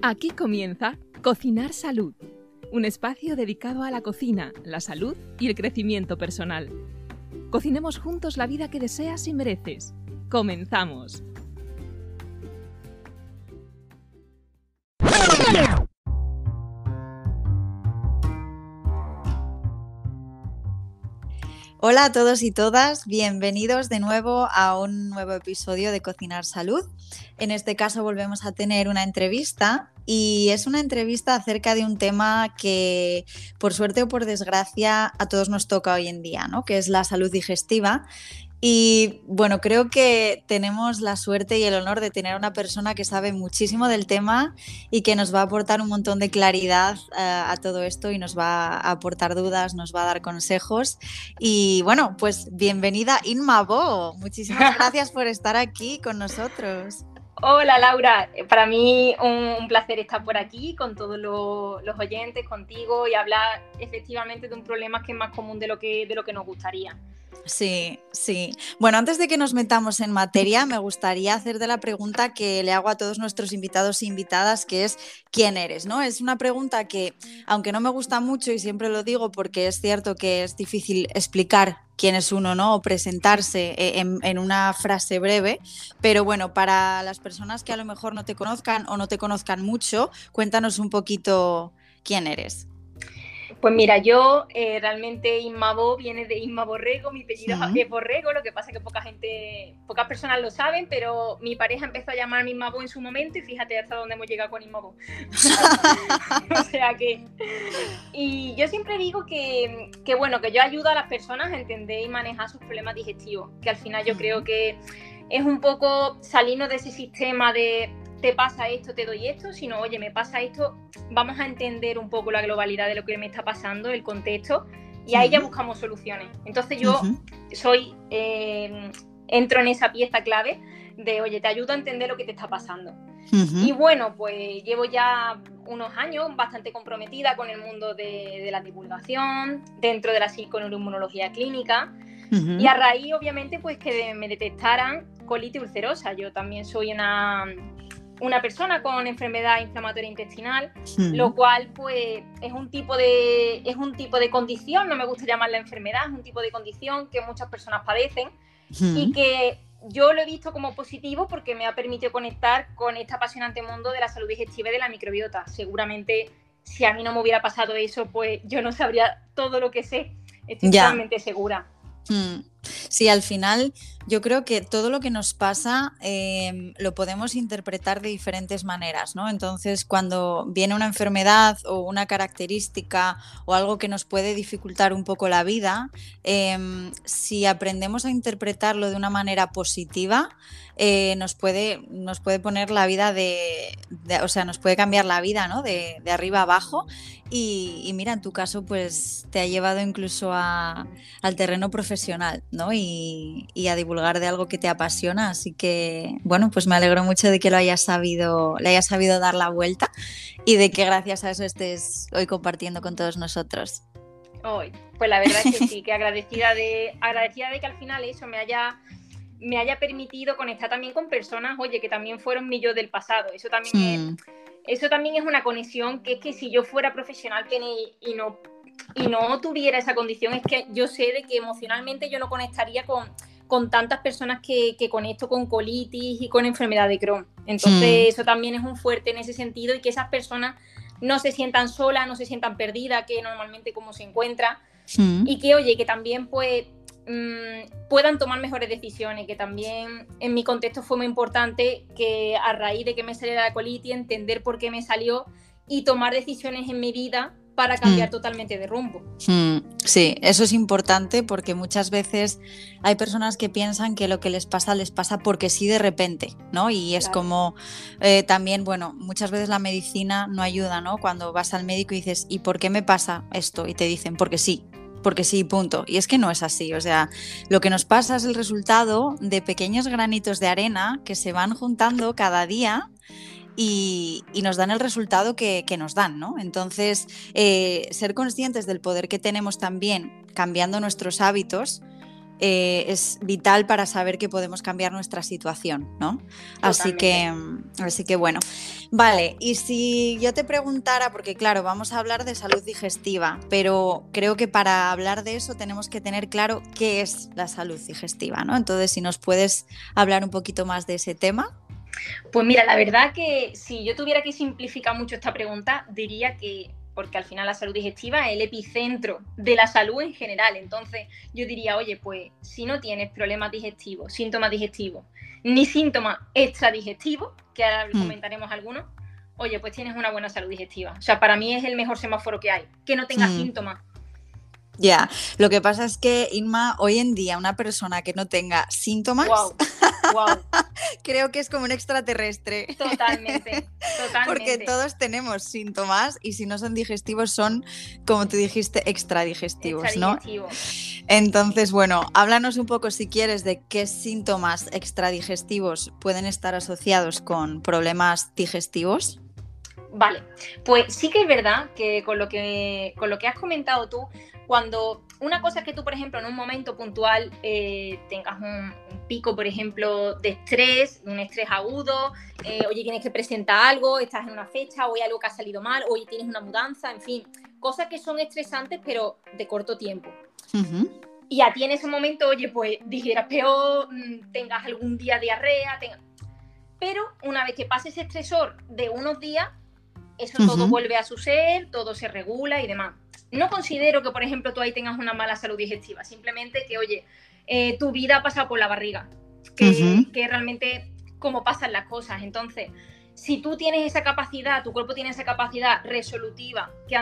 Aquí comienza Cocinar Salud, un espacio dedicado a la cocina, la salud y el crecimiento personal. Cocinemos juntos la vida que deseas y mereces. ¡Comenzamos! Hola a todos y todas, bienvenidos de nuevo a un nuevo episodio de Cocinar Salud. En este caso volvemos a tener una entrevista y es una entrevista acerca de un tema que por suerte o por desgracia a todos nos toca hoy en día, ¿no? Que es la salud digestiva. Y bueno, creo que tenemos la suerte y el honor de tener a una persona que sabe muchísimo del tema y que nos va a aportar un montón de claridad a todo esto y nos va a aportar dudas, nos va a dar consejos. Y bueno, pues bienvenida Inma Bo. Muchísimas gracias por estar aquí con nosotros. Hola Laura, para mí un placer estar por aquí con todos los oyentes, contigo y hablar efectivamente de un problema que es más común de lo que nos gustaría. Sí. Bueno, antes de que nos metamos en materia, me gustaría hacerte la pregunta que le hago a todos nuestros invitados e invitadas, que es ¿quién eres? ¿No? Es una pregunta que, aunque no me gusta mucho y siempre lo digo porque es cierto que es difícil explicar quién es uno, ¿no? O presentarse en una frase breve, pero bueno, para las personas que a lo mejor no te conozcan o no te conozcan mucho, cuéntanos un poquito quién eres. Pues mira, yo realmente Inma Bo viene de Inma Borrego, mi apellido es Borrego, lo que pasa es que pocas personas lo saben, pero mi pareja empezó a llamarme Inma Bo en su momento y fíjate hasta dónde hemos llegado con Inma Bo. O sea que... Y yo siempre digo que bueno, que yo ayudo a las personas a entender y manejar sus problemas digestivos, que al final yo creo que es un poco salirnos de ese sistema de te pasa esto, te doy esto, sino oye, me pasa esto, vamos a entender un poco la globalidad de lo que me está pasando, el contexto, y ahí ya buscamos soluciones. Entonces yo entro en esa pieza clave de oye, te ayudo a entender lo que te está pasando. Y bueno, pues llevo ya unos años bastante comprometida con el mundo de la divulgación, dentro de la psiconeuroinmunología clínica, y a raíz, obviamente, pues que me detectaran colitis ulcerosa. Yo también soy una persona con enfermedad inflamatoria intestinal, lo cual pues es un tipo de condición, no me gusta llamarla enfermedad, es un tipo de condición que muchas personas padecen y que yo lo he visto como positivo porque me ha permitido conectar con este apasionante mundo de la salud digestiva y de la microbiota. Seguramente si a mí no me hubiera pasado eso, pues yo no sabría todo lo que sé, estoy totalmente segura. Sí, al final yo creo que todo lo que nos pasa lo podemos interpretar de diferentes maneras, ¿no? Entonces, cuando viene una enfermedad o una característica o algo que nos puede dificultar un poco la vida, si aprendemos a interpretarlo de una manera positiva, nos puede poner la vida o sea, nos puede cambiar la vida, ¿no? De arriba a abajo. Y mira, en tu caso, pues te ha llevado incluso al terreno profesional, ¿no? Y a divulgar de algo que te apasiona. Así que, bueno, pues me alegro mucho de que le hayas sabido dar la vuelta y de que gracias a eso estés hoy compartiendo con todos nosotros. Hoy, pues la verdad es que sí, que agradecida de que al final eso me haya permitido conectar también con personas, oye, que también fueron mi yo del pasado. Eso también es una conexión que es que si yo fuera profesional y no tuviera esa condición, es que yo sé de que emocionalmente yo no conectaría con tantas personas que conecto con colitis y con enfermedad de Crohn. Entonces eso también es un fuerte en ese sentido y que esas personas no se sientan solas, no se sientan perdidas, que normalmente como se encuentra, y que oye, que también pues puedan tomar mejores decisiones, que también en mi contexto fue muy importante que a raíz de que me saliera la colitis, entender por qué me salió y tomar decisiones en mi vida para cambiar totalmente de rumbo. Sí, eso es importante porque muchas veces hay personas que piensan que lo que les pasa porque sí de repente, ¿no? Y es como también, bueno, muchas veces la medicina no ayuda, ¿no? Cuando vas al médico y dices, ¿y por qué me pasa esto? Y te dicen, porque sí, punto. Y es que no es así, o sea, lo que nos pasa es el resultado de pequeños granitos de arena que se van juntando cada día y nos dan el resultado que nos dan, ¿no? Entonces, ser conscientes del poder que tenemos también cambiando nuestros hábitos es vital para saber que podemos cambiar nuestra situación, ¿no? Así que bueno. Vale, y si yo te preguntara, porque claro, vamos a hablar de salud digestiva, pero creo que para hablar de eso tenemos que tener claro qué es la salud digestiva, ¿no? Entonces, si nos puedes hablar un poquito más de ese tema. Pues mira, la verdad que si yo tuviera que simplificar mucho esta pregunta, diría que, porque al final la salud digestiva es el epicentro de la salud en general, entonces yo diría, oye, pues si no tienes problemas digestivos, síntomas digestivos, ni síntomas extradigestivos, que ahora comentaremos algunos, oye, pues tienes una buena salud digestiva. O sea, para mí es el mejor semáforo que hay, que no tengas síntomas. Ya, lo que pasa es que, Inma, hoy en día una persona que no tenga síntomas, wow. creo que es como un extraterrestre. Totalmente. Porque todos tenemos síntomas y si no son digestivos son, como tú dijiste, extradigestivos, ¿no? Entonces, bueno, háblanos un poco si quieres de qué síntomas extradigestivos pueden estar asociados con problemas digestivos. Vale, pues sí que es verdad que con lo que has comentado tú, cuando una cosa es que tú, por ejemplo, en un momento puntual tengas un pico, por ejemplo, de estrés, un estrés agudo, oye, tienes que presentar algo, estás en una fecha, o hay algo que ha salido mal, oye, tienes una mudanza, en fin, cosas que son estresantes pero de corto tiempo. Y a ti en ese momento, oye, pues digieras peor, tengas algún día diarrea, pero una vez que pase ese estresor de unos días, eso todo vuelve a su ser, todo se regula y demás. No considero que, por ejemplo, tú ahí tengas una mala salud digestiva, simplemente que, oye, tu vida ha pasado por la barriga, que realmente cómo pasan las cosas. Entonces, si tú tienes esa capacidad, tu cuerpo tiene esa capacidad resolutiva, que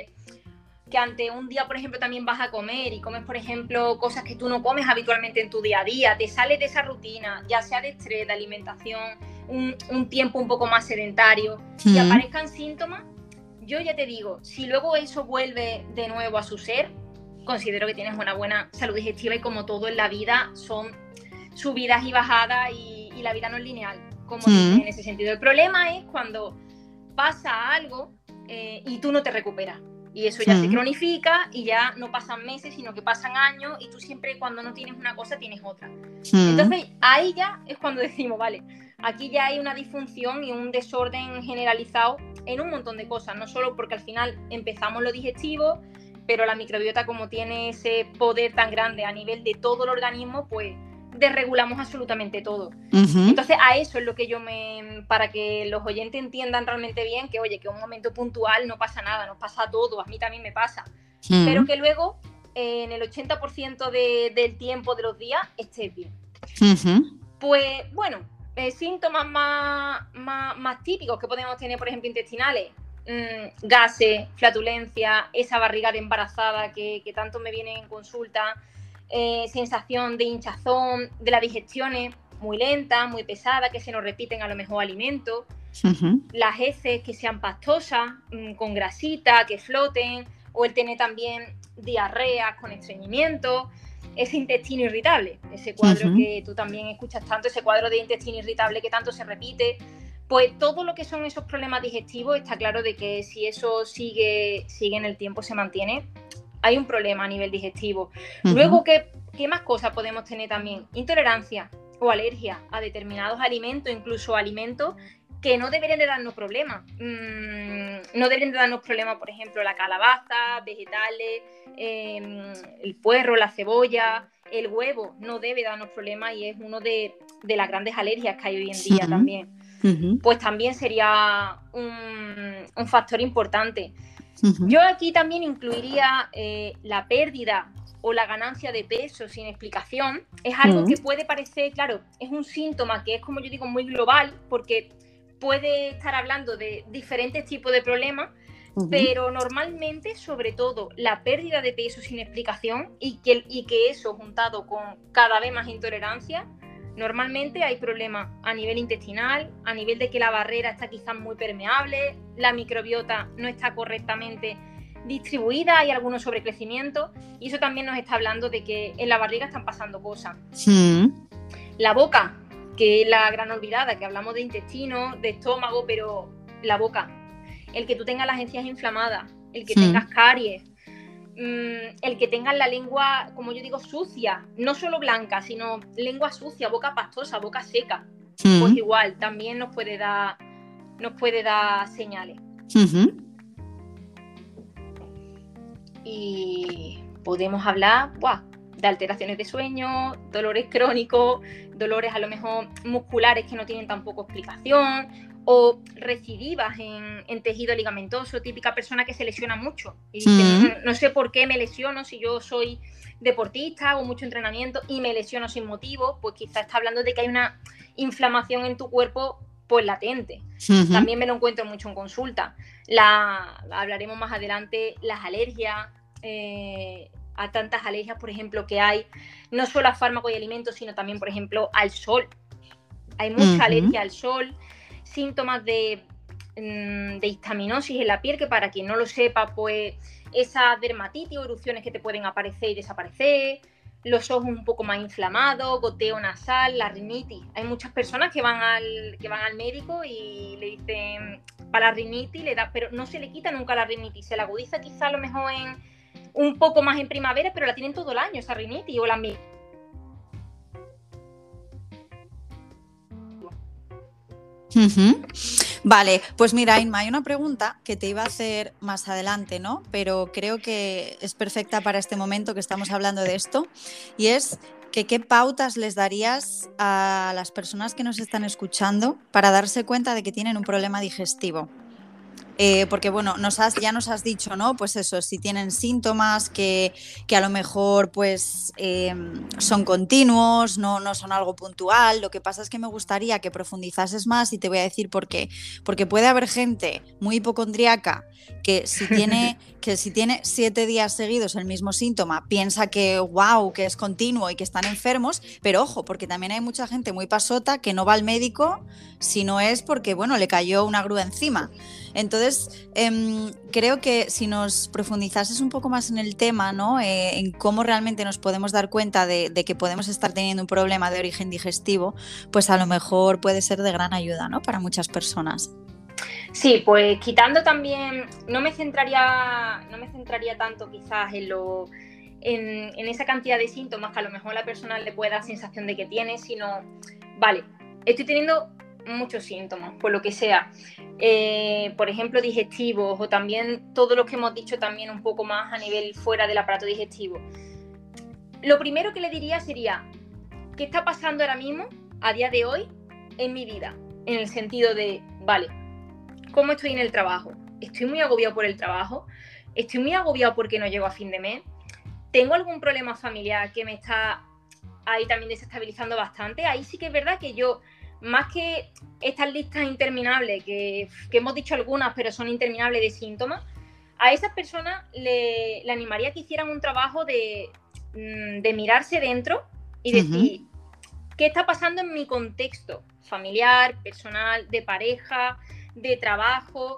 ante un día, por ejemplo, también vas a comer y comes, por ejemplo, cosas que tú no comes habitualmente en tu día a día, te sales de esa rutina, ya sea de estrés, de alimentación, un tiempo un poco más sedentario, y aparezcan síntomas, yo ya te digo, si luego eso vuelve de nuevo a su ser, considero que tienes una buena salud digestiva y como todo en la vida son subidas y bajadas y la vida no es lineal, como en ese sentido. El problema es cuando pasa algo y tú no te recuperas. Y eso ya se cronifica y ya no pasan meses, sino que pasan años y tú siempre cuando no tienes una cosa tienes otra. Entonces ahí ya es cuando decimos, vale, aquí ya hay una disfunción y un desorden generalizado en un montón de cosas, no solo porque al final empezamos lo digestivo, pero la microbiota como tiene ese poder tan grande a nivel de todo el organismo, pues desregulamos absolutamente todo. Entonces a eso es lo que para que los oyentes entiendan realmente bien que, oye, que un momento puntual no pasa nada, nos pasa a todos, a mí también me pasa, pero que luego en el 80% del tiempo de los días estés bien. Pues bueno, síntomas más típicos que podemos tener, por ejemplo, intestinales, gases, flatulencia, esa barriga de embarazada que tanto me viene en consulta, sensación de hinchazón, de las digestiones muy lentas, muy pesadas, que se nos repiten a lo mejor alimentos, las heces que sean pastosas, con grasita, que floten, o el tener también diarreas con estreñimiento, ese intestino irritable, ese cuadro que tú también escuchas tanto, ese cuadro de intestino irritable que tanto se repite. Pues todo lo que son esos problemas digestivos, está claro de que si eso sigue en el tiempo, se mantiene, hay un problema a nivel digestivo. Luego, ¿qué más cosas podemos tener también? Intolerancia o alergia a determinados alimentos, incluso alimentos que no deberían de darnos problemas. No deberían de darnos problemas, por ejemplo, la calabaza, vegetales, el puerro, la cebolla, el huevo, no debe darnos problemas y es uno de las grandes alergias que hay hoy en día también. Pues también sería un factor importante. Yo aquí también incluiría la pérdida o la ganancia de peso sin explicación. Es algo que puede parecer, claro, es un síntoma que es, como yo digo, muy global, porque puede estar hablando de diferentes tipos de problemas, pero normalmente, sobre todo, la pérdida de peso sin explicación y que eso juntado con cada vez más intolerancia, normalmente hay problemas a nivel intestinal, a nivel de que la barrera está quizás muy permeable, la microbiota no está correctamente distribuida, hay algunos sobrecrecimientos y eso también nos está hablando de que en la barriga están pasando cosas. La boca, que es la gran olvidada, que hablamos de intestino, de estómago, pero la boca, el que tú tengas las encías inflamadas, el que tengas caries, el que tengan la lengua, como yo digo, sucia, no solo blanca, sino lengua sucia, boca pastosa, boca seca, pues igual también nos puede dar señales. Y podemos hablar de alteraciones de sueño, dolores crónicos, dolores a lo mejor musculares que no tienen tampoco explicación, o recidivas en tejido ligamentoso, típica persona que se lesiona mucho y dice, no sé por qué me lesiono si yo soy deportista, hago mucho entrenamiento y me lesiono sin motivo, pues quizás está hablando de que hay una inflamación en tu cuerpo pues latente. También me lo encuentro mucho en consulta. Hablaremos más adelante, las alergias, a tantas alergias, por ejemplo, que hay, no solo a fármacos y alimentos, sino también, por ejemplo, al sol. Hay mucha alergia al sol, síntomas de histaminosis en la piel, que para quien no lo sepa, pues esa dermatitis o erupciones que te pueden aparecer y desaparecer, los ojos un poco más inflamados, goteo nasal, la rinitis. Hay muchas personas que van al médico y le dicen para la rinitis, pero no se le quita nunca la rinitis, se la agudiza quizá a lo mejor un poco más en primavera, pero la tienen todo el año esa rinitis o la Vale, pues mira, Inma, hay una pregunta que te iba a hacer más adelante, ¿no? Pero creo que es perfecta para este momento que estamos hablando de esto, y es que ¿qué pautas les darías a las personas que nos están escuchando para darse cuenta de que tienen un problema digestivo? Porque bueno, ya nos has dicho, ¿no? Pues eso, si tienen síntomas que a lo mejor pues son continuos, no son algo puntual. Lo que pasa es que me gustaría que profundizases más y te voy a decir por qué. Porque puede haber gente muy hipocondríaca que si tiene 7 días seguidos el mismo síntoma, piensa que wow, que es continuo y que están enfermos, pero ojo, porque también hay mucha gente muy pasota que no va al médico si no es porque, bueno, le cayó una grúa encima. Entonces, creo que si nos profundizases un poco más en el tema, ¿no? En cómo realmente nos podemos dar cuenta de que podemos estar teniendo un problema de origen digestivo, pues a lo mejor puede ser de gran ayuda, ¿no? Para muchas personas. Sí, pues quitando también, no me centraría tanto quizás en esa cantidad de síntomas que a lo mejor a la persona le puede dar sensación de que tiene, sino, vale, estoy teniendo muchos síntomas, por lo que sea, por ejemplo digestivos, o también todo lo que hemos dicho también un poco más a nivel fuera del aparato digestivo. Lo primero que le diría sería, ¿qué está pasando ahora mismo, a día de hoy, en mi vida? En el sentido de, vale, ¿cómo estoy en el trabajo? ¿Estoy muy agobiado por el trabajo? ¿Estoy muy agobiado porque no llego a fin de mes? ¿Tengo algún problema familiar que me está ahí también desestabilizando bastante? Ahí sí que es verdad que yo, más que estas listas interminables, que hemos dicho algunas, pero son interminables de síntomas, a esas personas le animaría a que hicieran un trabajo de mirarse dentro y decir, ¿qué está pasando en mi contexto familiar, personal, de pareja, de trabajo?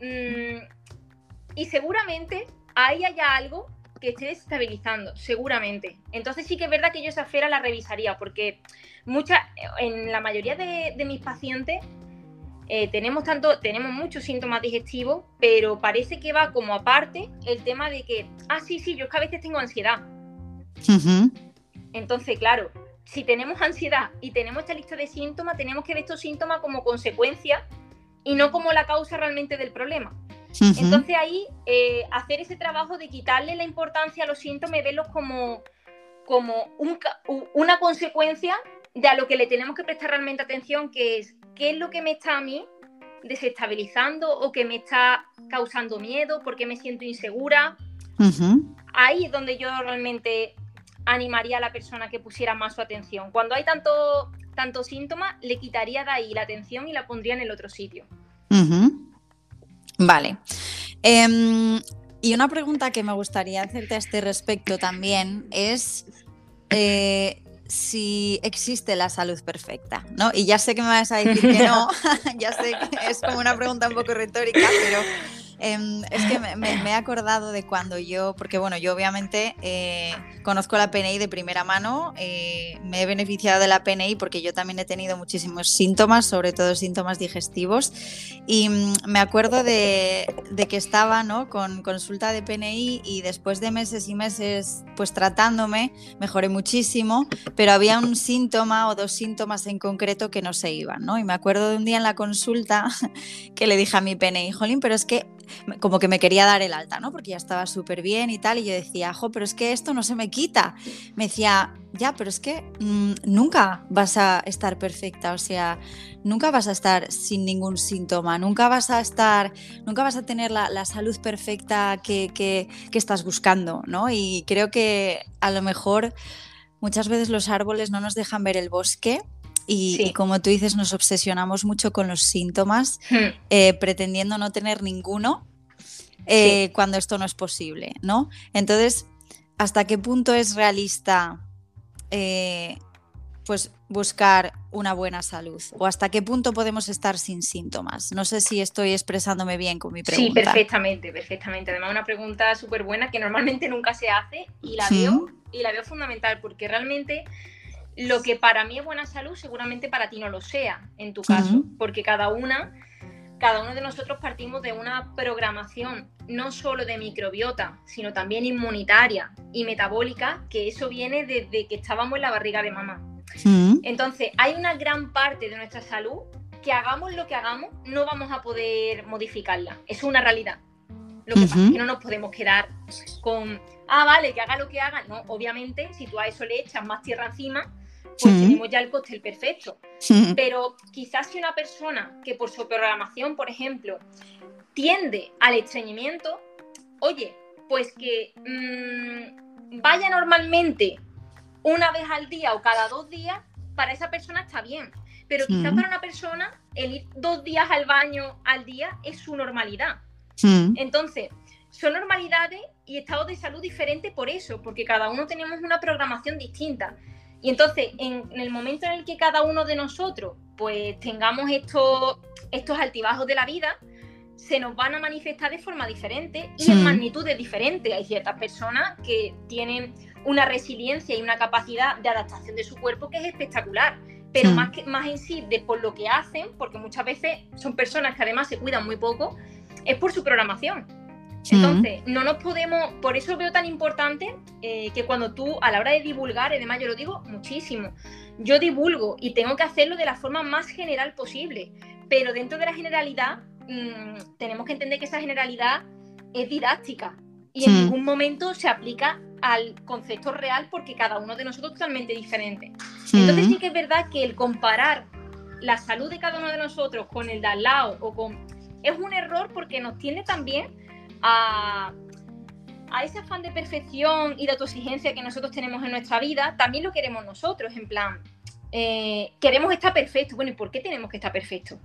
Y seguramente ahí haya algo que esté desestabilizando, seguramente. Entonces sí que es verdad que yo esa esfera la revisaría, porque en la mayoría de mis pacientes tenemos muchos síntomas digestivos, pero parece que va como aparte el tema de que, sí, yo es que a veces tengo ansiedad. Entonces, claro, si tenemos ansiedad y tenemos esta lista de síntomas, tenemos que ver estos síntomas como consecuencia y no como la causa realmente del problema. Entonces ahí hacer ese trabajo de quitarle la importancia a los síntomas y verlos como una consecuencia de a lo que le tenemos que prestar realmente atención, que es qué es lo que me está a mí desestabilizando o que me está causando miedo, por qué me siento insegura. Ahí es donde yo realmente animaría a la persona que pusiera más su atención. Cuando hay tantos síntomas, le quitaría de ahí la atención y la pondría en el otro sitio. Vale. Y una pregunta que me gustaría hacerte a este respecto también es si existe la salud perfecta, ¿no? Y ya sé que me vas a decir que no, ya sé que es como una pregunta un poco retórica, Es que me he acordado de cuando yo, porque bueno, yo obviamente conozco la PNI de primera mano, me he beneficiado de la PNI porque yo también he tenido muchísimos síntomas, sobre todo síntomas digestivos, y me acuerdo de que estaba, ¿no?, con consulta de PNI, y después de meses y meses pues tratándome, mejoré muchísimo, pero había un síntoma o dos síntomas en concreto que no se iban, ¿no? Y me acuerdo de un día en la consulta que le dije a mi PNI, jolín, pero es que como que me quería dar el alta, ¿no? Porque ya estaba súper bien y tal, y yo decía, jo, pero es que esto no se me quita. Me decía, ya, pero es que nunca vas a estar perfecta, o sea, nunca vas a estar sin ningún síntoma, nunca vas a tener la salud perfecta que estás buscando, ¿no? Y creo que a lo mejor muchas veces los árboles no nos dejan ver el bosque. Y como tú dices, nos obsesionamos mucho con los síntomas, pretendiendo no tener ninguno, cuando esto no es posible, ¿no? Entonces, ¿hasta qué punto es realista pues buscar una buena salud? ¿O hasta qué punto podemos estar sin síntomas? No sé si estoy expresándome bien con mi pregunta. Sí, perfectamente. Además, una pregunta súper buena que normalmente nunca se hace, y la veo fundamental, porque realmente lo que para mí es buena salud seguramente para ti no lo sea, en tu caso, porque cada uno de nosotros partimos de una programación no solo de microbiota, sino también inmunitaria y metabólica, que eso viene desde que estábamos en la barriga de mamá. Entonces, hay una gran parte de nuestra salud que hagamos lo que hagamos, no vamos a poder modificarla. Eso es una realidad. Lo que pasa es que no nos podemos quedar con, vale, que haga lo que haga. No, obviamente, si tú a eso le echas más tierra encima, pues tenemos ya el cóctel perfecto. Pero quizás si una persona que por su programación, por ejemplo, tiende al estreñimiento, oye, pues que vaya normalmente una vez al día o cada 2 días, para esa persona está bien. Pero quizás para una persona el ir 2 días al baño al día es su normalidad. Entonces, son normalidades y estados de salud diferentes por eso, porque cada uno tenemos una programación distinta. Y entonces, en el momento en el que cada uno de nosotros pues tengamos estos altibajos de la vida, se nos van a manifestar de forma diferente y en magnitudes diferentes. Hay ciertas personas que tienen una resiliencia y una capacidad de adaptación de su cuerpo que es espectacular, pero más en sí de por lo que hacen, porque muchas veces son personas que además se cuidan muy poco, es por su programación. Entonces, no nos podemos, por eso veo tan importante que cuando tú, a la hora de divulgar, y además yo lo digo muchísimo, yo divulgo y tengo que hacerlo de la forma más general posible, pero dentro de la generalidad tenemos que entender que esa generalidad es didáctica y en ningún momento se aplica al concepto real, porque cada uno de nosotros es totalmente diferente. Entonces sí que es verdad que el comparar la salud de cada uno de nosotros con el de al lado es un error, porque nos tiende también a ese afán de perfección y de autoexigencia que nosotros tenemos en nuestra vida. También lo queremos nosotros, en plan, queremos estar perfectos. Bueno, ¿y por qué tenemos que estar perfectos?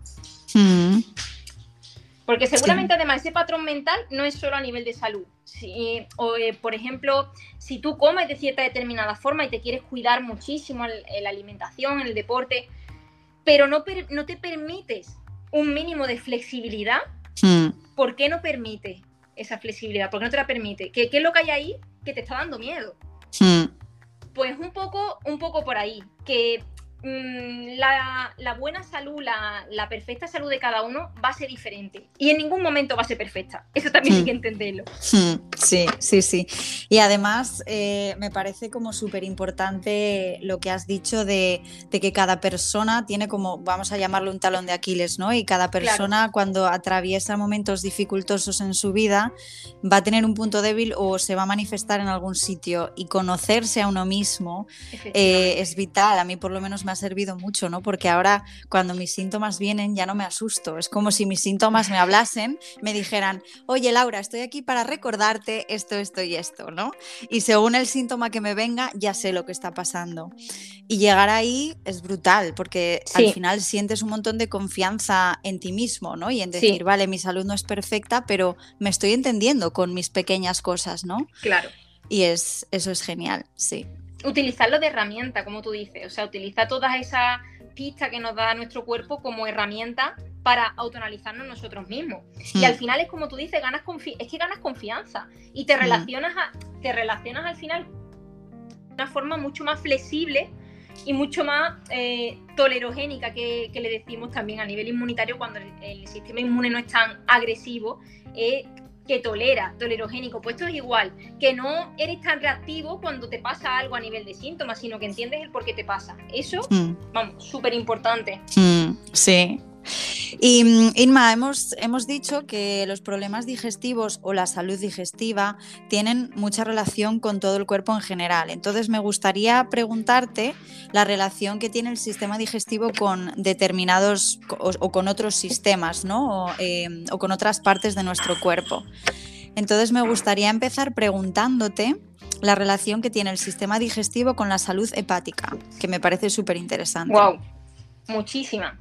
Porque seguramente además ese patrón mental no es solo a nivel de salud. Por ejemplo, si tú comes de cierta determinada forma y te quieres cuidar muchísimo en la alimentación, en el deporte, pero no te permites un mínimo de flexibilidad, ¿por qué no permites esa flexibilidad? ¿Por qué no te la permite? ¿Qué es lo que hay ahí que te está dando miedo? Pues un poco por ahí, que la buena salud, la perfecta salud de cada uno va a ser diferente y en ningún momento va a ser perfecta. Eso también hay que entenderlo. Sí. Y además me parece como súper importante lo que has dicho de que cada persona tiene como, vamos a llamarlo, un talón de Aquiles, ¿no? Y cada persona, cuando atraviesa momentos dificultosos en su vida, va a tener un punto débil o se va a manifestar en algún sitio, y conocerse a uno mismo es vital. A mí por lo menos me ha servido mucho, ¿no? Porque ahora cuando mis síntomas vienen ya no me asusto. Es como si mis síntomas me hablasen, me dijeran, oye Laura, estoy aquí para recordarte esto y esto, ¿no? Y según el síntoma que me venga, ya sé lo que está pasando. Y llegar ahí es brutal, porque al final sientes un montón de confianza en ti mismo, ¿no? Y en decir, vale, mi salud no es perfecta, pero me estoy entendiendo con mis pequeñas cosas, ¿no? Claro. Y eso es genial, sí. Utilizarlo de herramienta, como tú dices, o sea, utilizar todas esas pistas que nos da nuestro cuerpo como herramienta para autoanalizarnos nosotros mismos. Y al final es como tú dices, ganas confianza y te relacionas al final de una forma mucho más flexible y mucho más tolerogénica, que le decimos también a nivel inmunitario, cuando el sistema inmune no es tan agresivo, que tolerogénico. Pues esto es igual, que no eres tan reactivo cuando te pasa algo a nivel de síntomas, sino que entiendes el por qué te pasa. Eso, vamos, súper importante. Sí. Y Inma, hemos dicho que los problemas digestivos o la salud digestiva tienen mucha relación con todo el cuerpo en general. Entonces me gustaría preguntarte la relación que tiene el sistema digestivo con determinados o con otros sistemas, ¿no? O con otras partes de nuestro cuerpo. Entonces me gustaría empezar preguntándote la relación que tiene el sistema digestivo con la salud hepática, que me parece súper interesante. ¡Wow! Muchísima.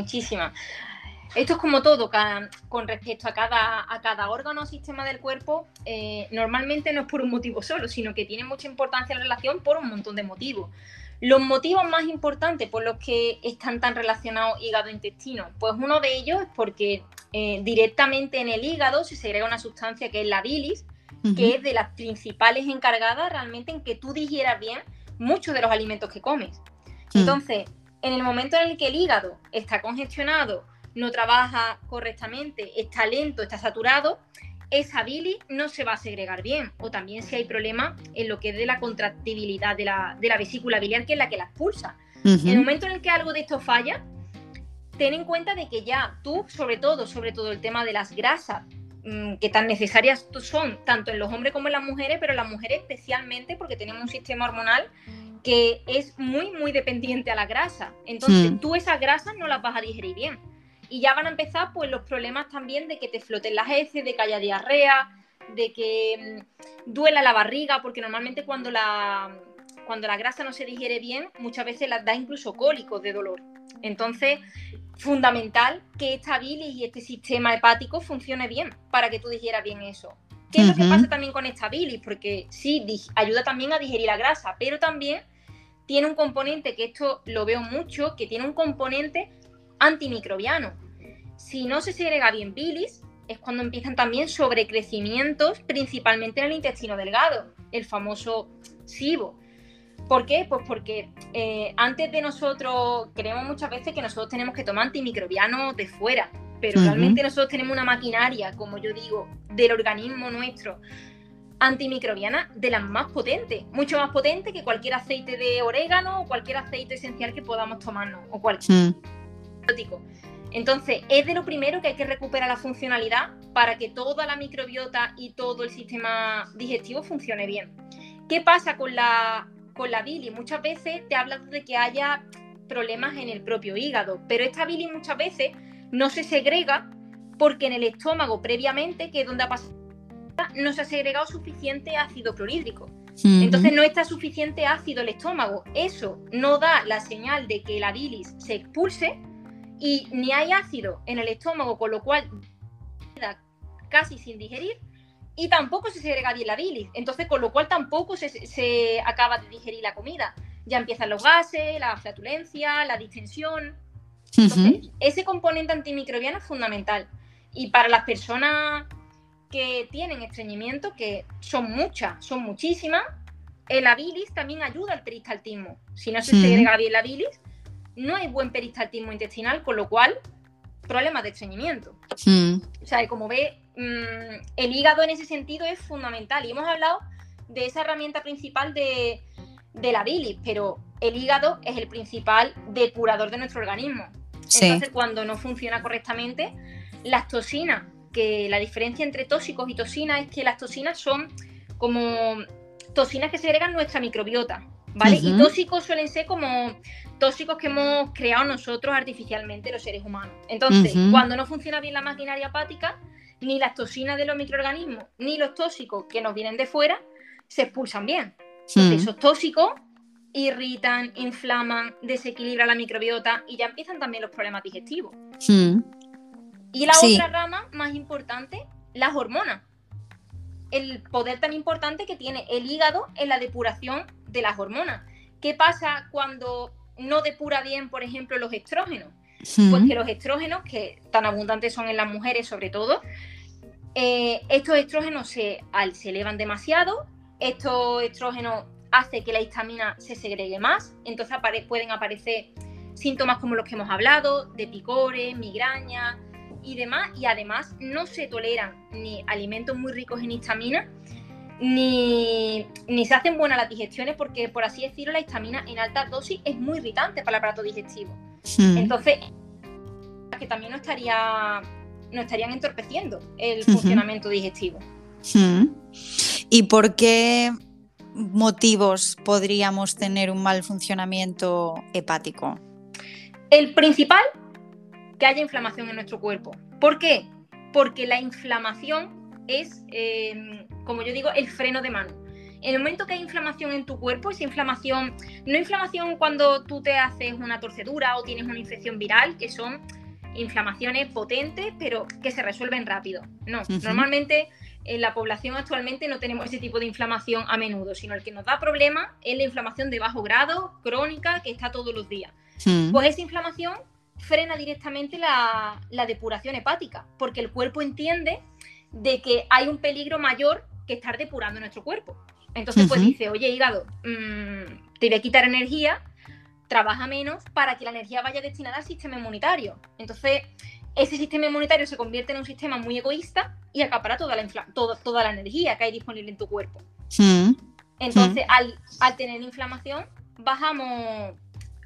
Esto es como todo, con respecto a cada órgano o sistema del cuerpo, normalmente no es por un motivo solo, sino que tiene mucha importancia la relación por un montón de motivos. Los motivos más importantes por los que están tan relacionados hígado e intestino, pues uno de ellos es porque directamente en el hígado se segrega una sustancia que es la bilis, que es de las principales encargadas realmente en que tú digieras bien muchos de los alimentos que comes. Entonces, en el momento en el que el hígado está congestionado, no trabaja correctamente, está lento, está saturado, esa bilis no se va a segregar bien. O también si hay problemas en lo que es de la contractibilidad de la vesícula biliar, que es la que la expulsa. En el momento en el que algo de esto falla, ten en cuenta de que ya tú, sobre todo el tema de las grasas, que tan necesarias son tanto en los hombres como en las mujeres, pero en las mujeres especialmente porque tenemos un sistema hormonal que es muy, muy dependiente a la grasa. Entonces, tú esas grasas no las vas a digerir bien. Y ya van a empezar pues los problemas también de que te floten las heces, de que haya diarrea, de que duela la barriga, porque normalmente cuando la grasa no se digiere bien, muchas veces las da incluso cólicos de dolor. Entonces, fundamental que esta bilis y este sistema hepático funcione bien para que tú digieras bien eso. ¿Qué es lo que pasa también con esta bilis? Porque sí, ayuda también a digerir la grasa, pero también tiene un componente, que esto lo veo mucho, que tiene un componente antimicrobiano. Si no se segrega bien bilis, es cuando empiezan también sobrecrecimientos, principalmente en el intestino delgado, el famoso SIBO. ¿Por qué? Pues porque antes de nosotros, creemos muchas veces que nosotros tenemos que tomar antimicrobianos de fuera, pero realmente nosotros tenemos una maquinaria, como yo digo, del organismo nuestro, antimicrobiana de las más potentes, mucho más potente que cualquier aceite de orégano o cualquier aceite esencial que podamos tomarnos, o cualquier antibiótico. Entonces, es de lo primero que hay que recuperar la funcionalidad para que toda la microbiota y todo el sistema digestivo funcione bien. ¿Qué pasa con la bilis? Muchas veces te hablan de que haya problemas en el propio hígado, pero esta bilis muchas veces no se segrega porque en el estómago previamente, que es donde ha pasado, no se ha segregado suficiente ácido clorhídrico. Entonces no está suficiente ácido el estómago. Eso no da la señal de que la bilis se expulse y ni hay ácido en el estómago, con lo cual queda casi sin digerir y tampoco se segrega bien la bilis. Entonces, con lo cual tampoco se acaba de digerir la comida. Ya empiezan los gases, la flatulencia, la distensión. Entonces, ese componente antimicrobiano es fundamental. Y para las personas que tienen estreñimiento, que son muchas, son muchísimas, la bilis también ayuda al peristaltismo. Si no se segrega bien la bilis, no hay buen peristaltismo intestinal, con lo cual, problemas de estreñimiento. O sea, como ve, el hígado en ese sentido es fundamental. Y hemos hablado de esa herramienta principal de la bilis, pero el hígado es el principal depurador de nuestro organismo. Entonces, cuando no funciona correctamente, las toxinas, que la diferencia entre tóxicos y toxinas es que las toxinas son como toxinas que segregan nuestra microbiota, ¿vale? Y tóxicos suelen ser como tóxicos que hemos creado nosotros artificialmente, los seres humanos. Entonces, cuando no funciona bien la maquinaria hepática, ni las toxinas de los microorganismos, ni los tóxicos que nos vienen de fuera, se expulsan bien. Entonces, esos tóxicos irritan, inflaman, desequilibran la microbiota y ya empiezan también los problemas digestivos. Y la otra rama más importante, las hormonas. El poder tan importante que tiene el hígado en la depuración de las hormonas. ¿Qué pasa cuando no depura bien, por ejemplo, los estrógenos? Pues que los estrógenos, que tan abundantes son en las mujeres sobre todo, estos estrógenos se elevan demasiado, estos estrógenos hacen que la histamina se segregue más, entonces pueden aparecer síntomas como los que hemos hablado, de picores, migrañas y demás, y además no se toleran ni alimentos muy ricos en histamina, ni se hacen buenas las digestiones, porque, por así decirlo, la histamina en alta dosis es muy irritante para el aparato digestivo. Entonces, que también nos estarían entorpeciendo el funcionamiento digestivo. ¿Y por qué motivos podríamos tener un mal funcionamiento hepático? El principal, que haya inflamación en nuestro cuerpo. ¿Por qué? Porque la inflamación es, como yo digo, el freno de mano. En el momento que hay inflamación en tu cuerpo, esa inflamación, no inflamación cuando tú te haces una torcedura o tienes una infección viral, que son inflamaciones potentes, pero que se resuelven rápido. No, normalmente en la población actualmente no tenemos ese tipo de inflamación a menudo, sino el que nos da problema es la inflamación de bajo grado, crónica, que está todos los días. Pues esa inflamación frena directamente la depuración hepática, porque el cuerpo entiende de que hay un peligro mayor que estar depurando nuestro cuerpo. Entonces pues dice, oye, hígado, te voy a quitar energía, trabaja menos para que la energía vaya destinada al sistema inmunitario. Entonces ese sistema inmunitario se convierte en un sistema muy egoísta y acapara toda la energía que hay disponible en tu cuerpo. Entonces al tener inflamación bajamos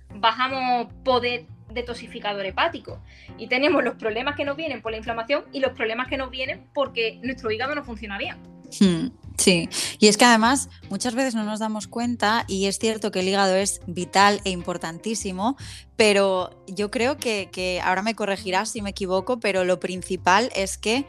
poder detoxificador hepático y tenemos los problemas que nos vienen por la inflamación y los problemas que nos vienen porque nuestro hígado no funciona bien. Sí, y es que además muchas veces no nos damos cuenta, y es cierto que el hígado es vital e importantísimo, pero yo creo que ahora me corregirás si me equivoco, pero lo principal es que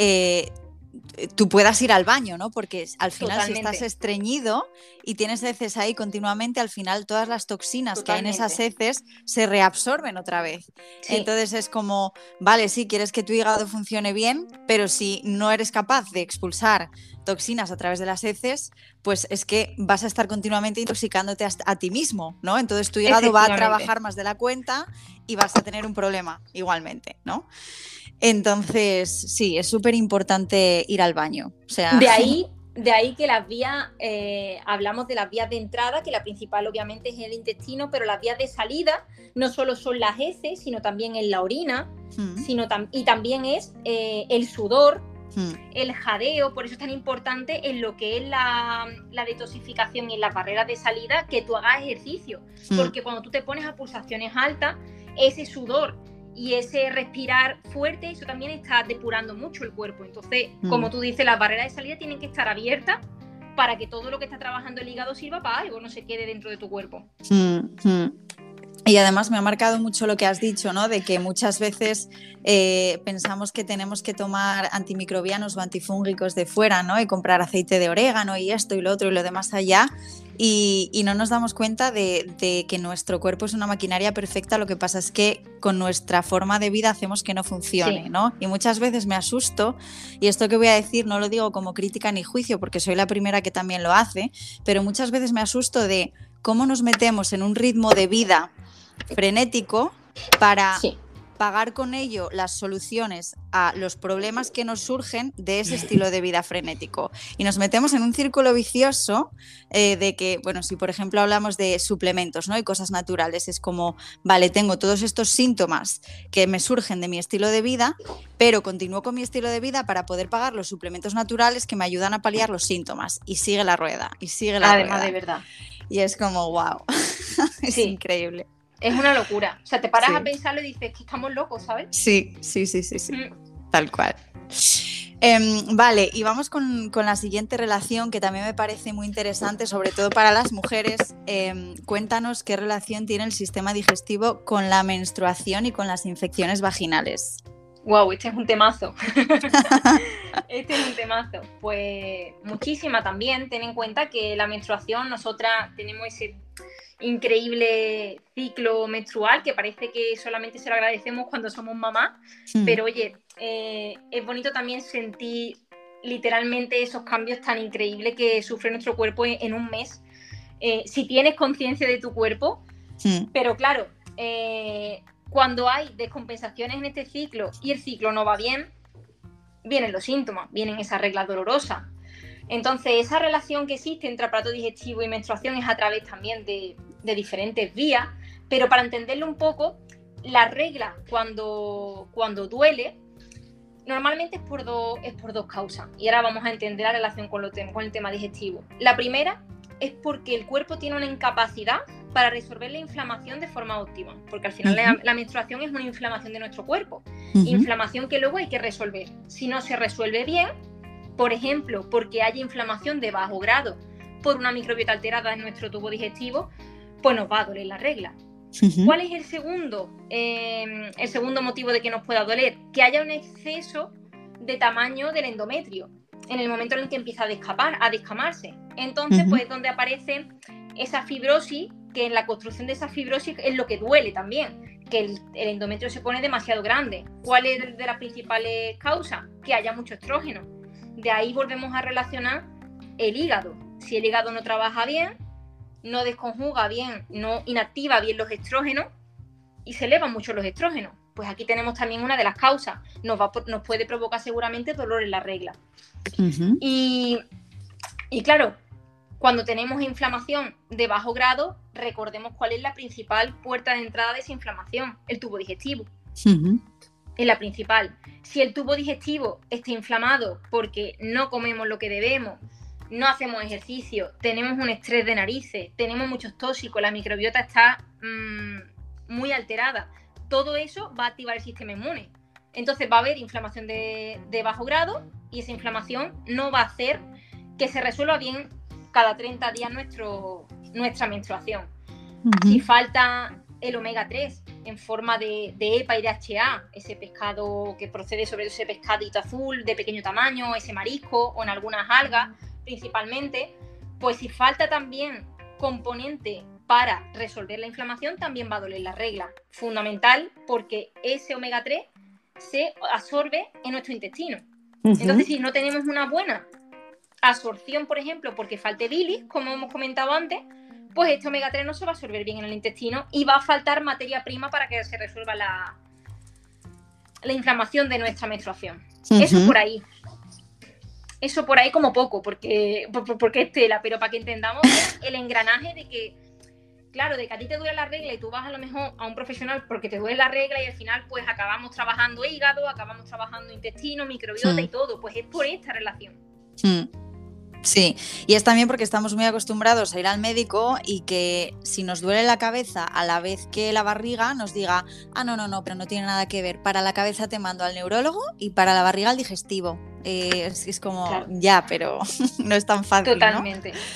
tú puedas ir al baño, ¿no? Porque al final si estás estreñido y tienes heces ahí continuamente, al final todas las toxinas que hay en esas heces se reabsorben otra vez. Entonces es como, vale, sí, quieres que tu hígado funcione bien, pero si no eres capaz de expulsar toxinas a través de las heces, pues es que vas a estar continuamente intoxicándote a ti mismo, ¿no? Entonces tu hígado va a trabajar más de la cuenta y vas a tener un problema igualmente, ¿no? Entonces, sí, es súper importante ir al baño. O sea... De ahí que las vías, hablamos de las vías de entrada, que la principal obviamente es el intestino, pero las vías de salida no solo son las heces, sino también es la orina, y también es el sudor, el jadeo. Por eso es tan importante en lo que es la detoxificación y en las barreras de salida que tú hagas ejercicio, porque cuando tú te pones a pulsaciones altas, ese sudor y ese respirar fuerte, eso también está depurando mucho el cuerpo. Entonces, como tú dices, las barreras de salida tienen que estar abiertas para que todo lo que está trabajando el hígado sirva para algo, no se quede dentro de tu cuerpo. Y además me ha marcado mucho lo que has dicho, ¿no? De que muchas veces pensamos que tenemos que tomar antimicrobianos o antifúngicos de fuera, ¿no? Y comprar aceite de orégano y esto y lo otro y lo demás allá. Y no nos damos cuenta de que nuestro cuerpo es una maquinaria perfecta, lo que pasa es que con nuestra forma de vida hacemos que no funcione, ¿no? Y muchas veces me asusto, y esto que voy a decir no lo digo como crítica ni juicio, porque soy la primera que también lo hace, pero muchas veces me asusto de cómo nos metemos en un ritmo de vida frenético para pagar con ello las soluciones a los problemas que nos surgen de ese estilo de vida frenético. Y nos metemos en un círculo vicioso de que, bueno, si por ejemplo hablamos de suplementos, ¿no? Y cosas naturales, es como, vale, tengo todos estos síntomas que me surgen de mi estilo de vida, pero continúo con mi estilo de vida para poder pagar los suplementos naturales que me ayudan a paliar los síntomas. Y sigue la rueda, y sigue la rueda. Además, de verdad. Y es como, wow, es increíble. Es una locura. O sea, te paras a pensarlo y dices que estamos locos, ¿sabes? Sí. Tal cual. Vale, y vamos con la siguiente relación, que también me parece muy interesante, sobre todo para las mujeres. Cuéntanos qué relación tiene el sistema digestivo con la menstruación y con las infecciones vaginales. Wow, este es un temazo. Pues muchísima también. Ten en cuenta que la menstruación, nosotras tenemos ese increíble ciclo menstrual que parece que solamente se lo agradecemos cuando somos mamás, pero oye, es bonito también sentir literalmente esos cambios tan increíbles que sufre nuestro cuerpo en un mes, si tienes conciencia de tu cuerpo. Pero claro, cuando hay descompensaciones en este ciclo y el ciclo no va bien, vienen los síntomas, vienen esas reglas dolorosas. Entonces, esa relación que existe entre aparato digestivo y menstruación es a través también de diferentes vías, pero para entenderlo un poco, la regla cuando duele, normalmente es por dos causas. Y ahora vamos a entender la relación con el tema digestivo. La primera es porque el cuerpo tiene una incapacidad para resolver la inflamación de forma óptima, porque al final la menstruación es una inflamación de nuestro cuerpo, inflamación que luego hay que resolver. Si no se resuelve bien, por ejemplo, porque haya inflamación de bajo grado por una microbiota alterada en nuestro tubo digestivo, pues nos va a doler la regla. ¿Cuál es el segundo motivo de que nos pueda doler? Que haya un exceso de tamaño del endometrio en el momento en el que empieza a descamarse. Entonces, pues es donde aparece esa fibrosis, que en la construcción de esa fibrosis es lo que duele también, que el endometrio se pone demasiado grande. ¿Cuál es de las principales causas? Que haya mucho estrógeno. De ahí volvemos a relacionar el hígado. Si el hígado no trabaja bien, no desconjuga bien, no inactiva bien los estrógenos y se elevan mucho los estrógenos, pues aquí tenemos también una de las causas. Nos puede provocar seguramente dolor en la regla. Y claro, cuando tenemos inflamación de bajo grado, recordemos cuál es la principal puerta de entrada de esa inflamación: el tubo digestivo. Es la principal. Si el tubo digestivo está inflamado porque no comemos lo que debemos, no hacemos ejercicio, tenemos un estrés de narices, tenemos muchos tóxicos, la microbiota está muy alterada, todo eso va a activar el sistema inmune. Entonces va a haber inflamación de bajo grado y esa inflamación no va a hacer que se resuelva bien cada 30 días nuestra menstruación. Si falta el omega 3 en forma de EPA y DHA, ese pescado que procede sobre ese pescadito azul de pequeño tamaño, ese marisco o en algunas algas principalmente, pues si falta también componente para resolver la inflamación, también va a doler la regla. Fundamental, porque ese omega 3 se absorbe en nuestro intestino. Entonces, si no tenemos una buena absorción, por ejemplo, porque falte bilis, como hemos comentado antes, pues este omega 3 no se va a absorber bien en el intestino y va a faltar materia prima para que se resuelva la inflamación de nuestra menstruación. Eso por ahí como poco, porque es tela, pero para que entendamos el engranaje de que, claro, de que a ti te duele la regla y tú vas a lo mejor a un profesional porque te duele la regla y al final pues acabamos trabajando hígado, acabamos trabajando intestino, microbiota y todo, pues es por esta relación. Sí, y es también porque estamos muy acostumbrados a ir al médico y que si nos duele la cabeza a la vez que la barriga nos diga, no, pero no tiene nada que ver, para la cabeza te mando al neurólogo y para la barriga al digestivo. Es como, claro. Ya, pero no es tan fácil. Totalmente. ¿No?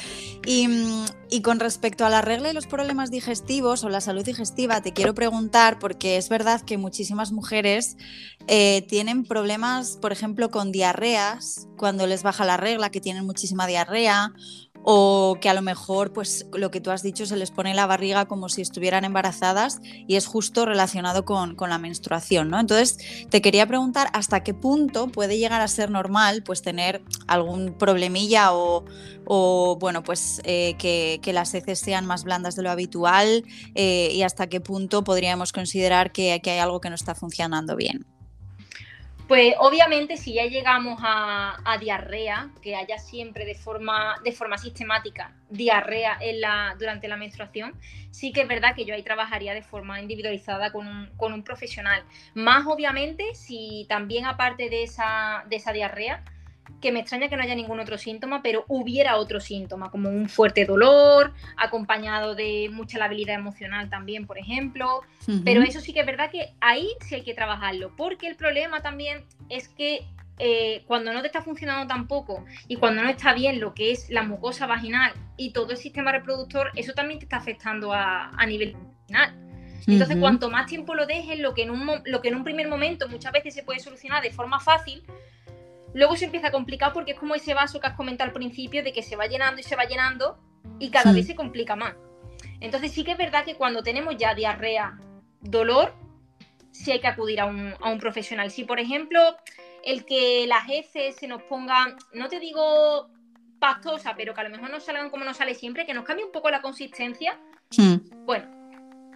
Y con respecto a la regla y los problemas digestivos o la salud digestiva, te quiero preguntar, porque es verdad que muchísimas mujeres tienen problemas, por ejemplo, con diarreas cuando les baja la regla, que tienen muchísima diarrea, o que a lo mejor, pues lo que tú has dicho, se les pone la barriga como si estuvieran embarazadas y es justo relacionado con la menstruación, ¿no? Entonces, te quería preguntar hasta qué punto puede llegar a ser normal pues tener algún problemilla o bueno, pues que las heces sean más blandas de lo habitual y hasta qué punto podríamos considerar que hay algo que no está funcionando bien. Pues obviamente si ya llegamos a diarrea, que haya siempre de forma sistemática diarrea durante la menstruación, sí que es verdad que yo ahí trabajaría de forma individualizada con un profesional. Más obviamente si también aparte de esa diarrea, que me extraña que no haya ningún otro síntoma, pero hubiera otro síntoma, como un fuerte dolor, acompañado de mucha labilidad emocional también, por ejemplo. Pero eso sí que es verdad que ahí sí hay que trabajarlo, porque el problema también es que cuando no te está funcionando tampoco y cuando no está bien lo que es la mucosa vaginal y todo el sistema reproductor, eso también te está afectando a nivel vaginal. Entonces, cuanto más tiempo lo dejes, lo que en un primer momento muchas veces se puede solucionar de forma fácil, luego se empieza a complicar porque es como ese vaso que has comentado al principio de que se va llenando y se va llenando y cada vez se complica más. Entonces sí que es verdad que cuando tenemos ya diarrea, dolor, sí hay que acudir a un profesional. Si por ejemplo el que las heces se nos pongan, no te digo pastosa, pero que a lo mejor no salgan como nos sale siempre, que nos cambie un poco la consistencia, bueno,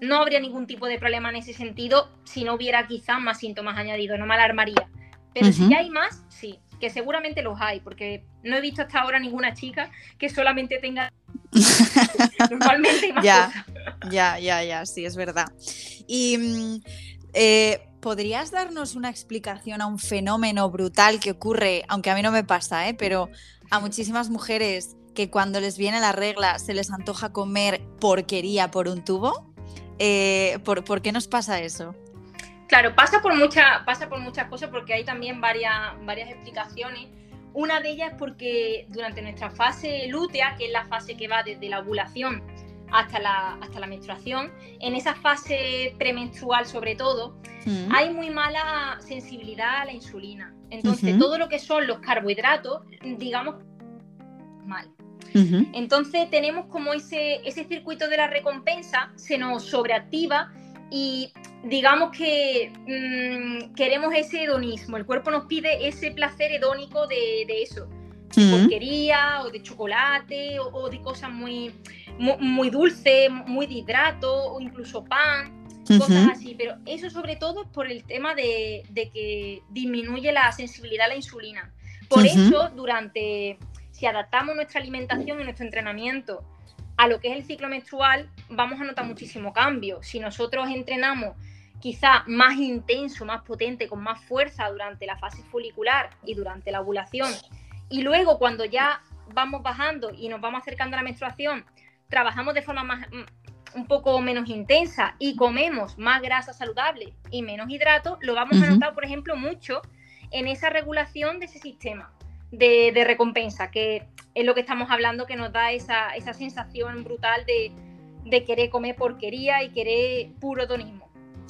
no habría ningún tipo de problema en ese sentido si no hubiera quizás más síntomas añadidos, no me alarmaría. Pero si ya hay más, sí, que seguramente los hay, porque no he visto hasta ahora ninguna chica que solamente tenga... Normalmente hay más cosas. Ya, sí, es verdad. Y ¿podrías darnos una explicación a un fenómeno brutal que ocurre, aunque a mí no me pasa, pero a muchísimas mujeres que cuando les viene la regla se les antoja comer porquería por un tubo? ¿Por qué nos pasa eso? Claro, pasa por muchas cosas, porque hay también varias explicaciones. Una de ellas es porque durante nuestra fase lútea, que es la fase que va desde la ovulación hasta la menstruación, en esa fase premenstrual sobre todo, hay muy mala sensibilidad a la insulina. Entonces, todo lo que son los carbohidratos, digamos, mal. Entonces tenemos como ese circuito de la recompensa, se nos sobreactiva y digamos que queremos ese hedonismo, el cuerpo nos pide ese placer hedónico de eso, de porquería o de chocolate o de cosas muy dulces, muy de hidrato o incluso pan, cosas así, pero eso sobre todo es por el tema de que disminuye la sensibilidad a la insulina. Por eso si adaptamos nuestra alimentación y nuestro entrenamiento a lo que es el ciclo menstrual, vamos a notar muchísimo cambio. Si nosotros entrenamos quizá más intenso, más potente, con más fuerza durante la fase folicular y durante la ovulación, y luego cuando ya vamos bajando y nos vamos acercando a la menstruación, trabajamos de forma un poco menos intensa y comemos más grasa saludable y menos hidratos, lo vamos a notar, por ejemplo, mucho en esa regulación de ese sistema de recompensa, que es lo que estamos hablando, que nos da esa sensación brutal de querer comer porquería y querer puro hedonismo.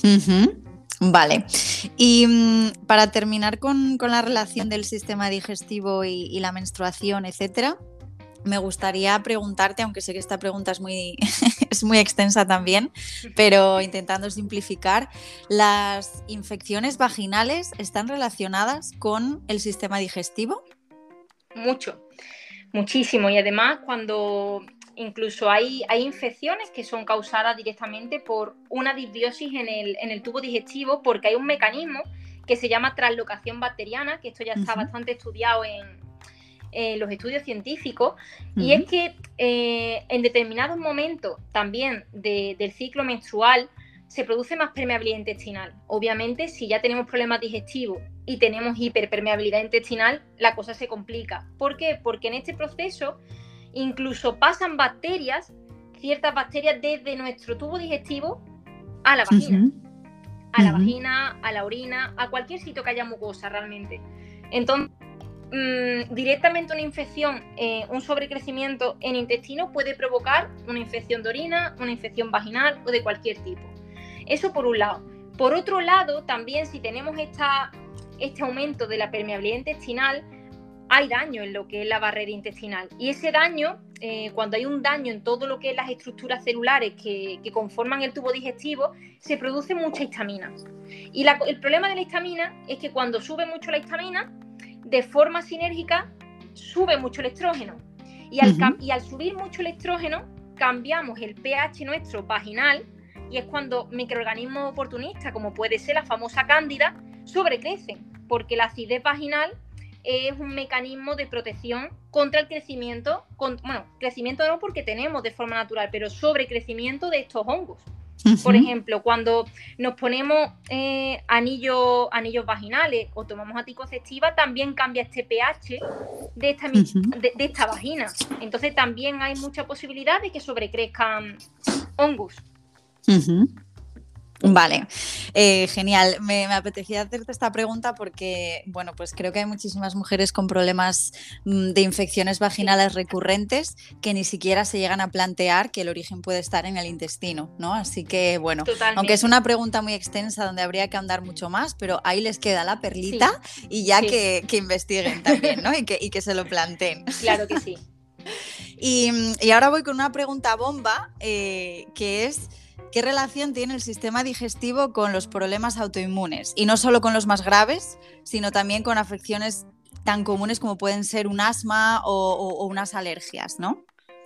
Vale. Y para terminar con la relación del sistema digestivo y la menstruación, etcétera, me gustaría preguntarte, aunque sé que esta pregunta es muy extensa también, pero intentando simplificar, ¿las infecciones vaginales están relacionadas con el sistema digestivo? Muchísimo, y además cuando incluso hay infecciones que son causadas directamente por una disbiosis en el tubo digestivo, porque hay un mecanismo que se llama translocación bacteriana, que esto ya está bastante estudiado en los estudios científicos, y es que en determinados momentos también del ciclo menstrual se produce más permeabilidad intestinal. Obviamente, si ya tenemos problemas digestivos y tenemos hiperpermeabilidad intestinal, la cosa se complica. ¿Por qué? Porque en este proceso incluso pasan ciertas bacterias desde nuestro tubo digestivo a la vagina. A la vagina, a la orina, a cualquier sitio que haya mucosa realmente. Entonces, directamente una infección, un sobrecrecimiento en intestino puede provocar una infección de orina, una infección vaginal o de cualquier tipo. Eso por un lado. Por otro lado, también si tenemos este aumento de la permeabilidad intestinal, hay daño en lo que es la barrera intestinal. Y ese daño, cuando hay un daño en todo lo que es las estructuras celulares que conforman el tubo digestivo, se produce mucha histamina. Y el problema de la histamina es que cuando sube mucho la histamina, de forma sinérgica, sube mucho el estrógeno. Y al subir mucho el estrógeno, cambiamos el pH nuestro vaginal, y es cuando microorganismos oportunistas, como puede ser la famosa cándida, sobrecrecen, porque la acidez vaginal es un mecanismo de protección contra el crecimiento, crecimiento no porque tenemos de forma natural, pero sobrecrecimiento de estos hongos. Por ejemplo, cuando nos ponemos anillos vaginales o tomamos anticonceptiva, también cambia este pH de esta vagina. Entonces también hay mucha posibilidad de que sobrecrezcan hongos. Vale, genial. Me apetecía hacerte esta pregunta porque, bueno, pues creo que hay muchísimas mujeres con problemas de infecciones vaginales recurrentes que ni siquiera se llegan a plantear que el origen puede estar en el intestino, ¿no? Así que, bueno, totalmente. Aunque es una pregunta muy extensa donde habría que ahondar mucho más, pero ahí les queda la perlita y ya que investiguen también, ¿no? Y que se lo planteen. Claro que sí. Y ahora voy con una pregunta bomba, que es: ¿qué relación tiene el sistema digestivo con los problemas autoinmunes? Y no solo con los más graves, sino también con afecciones tan comunes como pueden ser un asma o unas alergias, ¿no?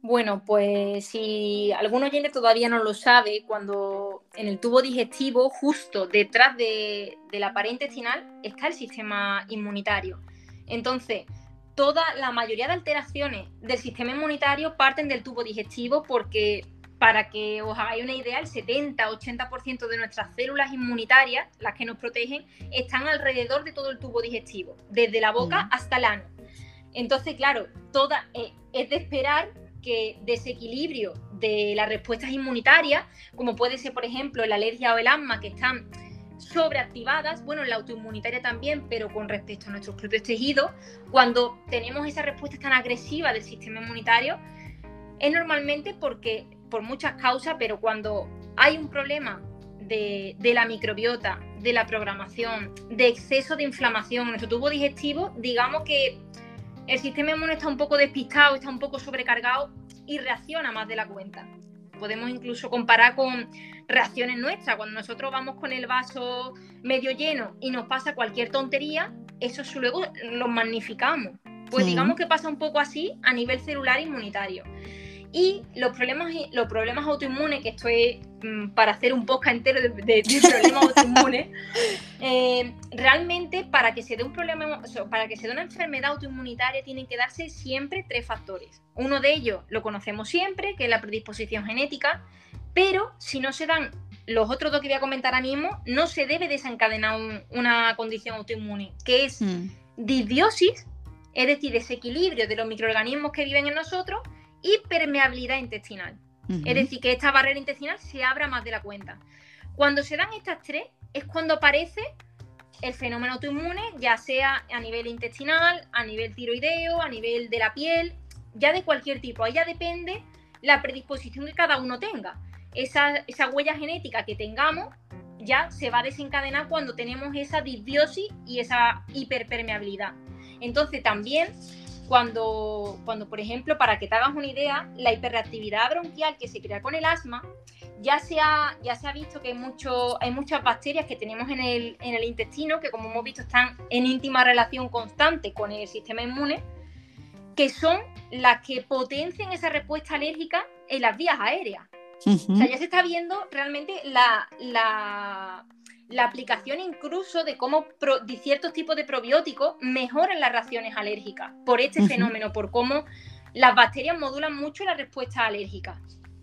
Bueno, pues si algún oyente todavía no lo sabe, cuando en el tubo digestivo, justo detrás de la pared intestinal, está el sistema inmunitario. Entonces, la mayoría de alteraciones del sistema inmunitario parten del tubo digestivo porque, para que os hagáis una idea, el 70-80% de nuestras células inmunitarias, las que nos protegen, están alrededor de todo el tubo digestivo, desde la boca hasta el ano. Entonces, claro, es de esperar que desequilibrio de las respuestas inmunitarias, como puede ser, por ejemplo, la alergia o el asma, que están sobreactivadas, bueno, la autoinmunitaria también, pero con respecto a nuestros propios tejidos, cuando tenemos esa respuesta tan agresiva del sistema inmunitario, es normalmente por muchas causas, pero cuando hay un problema de la microbiota, de la programación, de exceso de inflamación en nuestro tubo digestivo, digamos que el sistema inmune está un poco despistado, está un poco sobrecargado y reacciona más de la cuenta. Podemos incluso comparar con reacciones nuestras. Cuando nosotros vamos con el vaso medio lleno y nos pasa cualquier tontería, eso luego lo magnificamos. Pues digamos que pasa un poco así a nivel celular inmunitario. Y los problemas autoinmunes, que esto es para hacer un podcast entero de problemas autoinmunes, realmente para que se dé una enfermedad autoinmunitaria tienen que darse siempre 3 factores. Uno de ellos lo conocemos siempre, que es la predisposición genética, pero si no se dan los otros 2 que voy a comentar ahora mismo, no se debe desencadenar una condición autoinmune, que es disbiosis, es decir, desequilibrio de los microorganismos que viven en nosotros, y permeabilidad intestinal. Es decir, que esta barrera intestinal se abra más de la cuenta. Cuando se dan estas 3 es cuando aparece el fenómeno autoinmune, ya sea a nivel intestinal, a nivel tiroideo, a nivel de la piel, ya de cualquier tipo. Ahí ya depende la predisposición que cada uno tenga. Esa huella genética que tengamos ya se va a desencadenar cuando tenemos esa disbiosis y esa hiperpermeabilidad. Entonces también cuando, por ejemplo, para que te hagas una idea, la hiperreactividad bronquial que se crea con el asma, ya se ha visto que hay muchas bacterias que tenemos en el intestino, que como hemos visto están en íntima relación constante con el sistema inmune, que son las que potencian esa respuesta alérgica en las vías aéreas. O sea, ya se está viendo realmente la aplicación incluso de cómo de ciertos tipos de probióticos mejoran las reacciones alérgicas por este fenómeno, por cómo las bacterias modulan mucho la respuesta alérgica.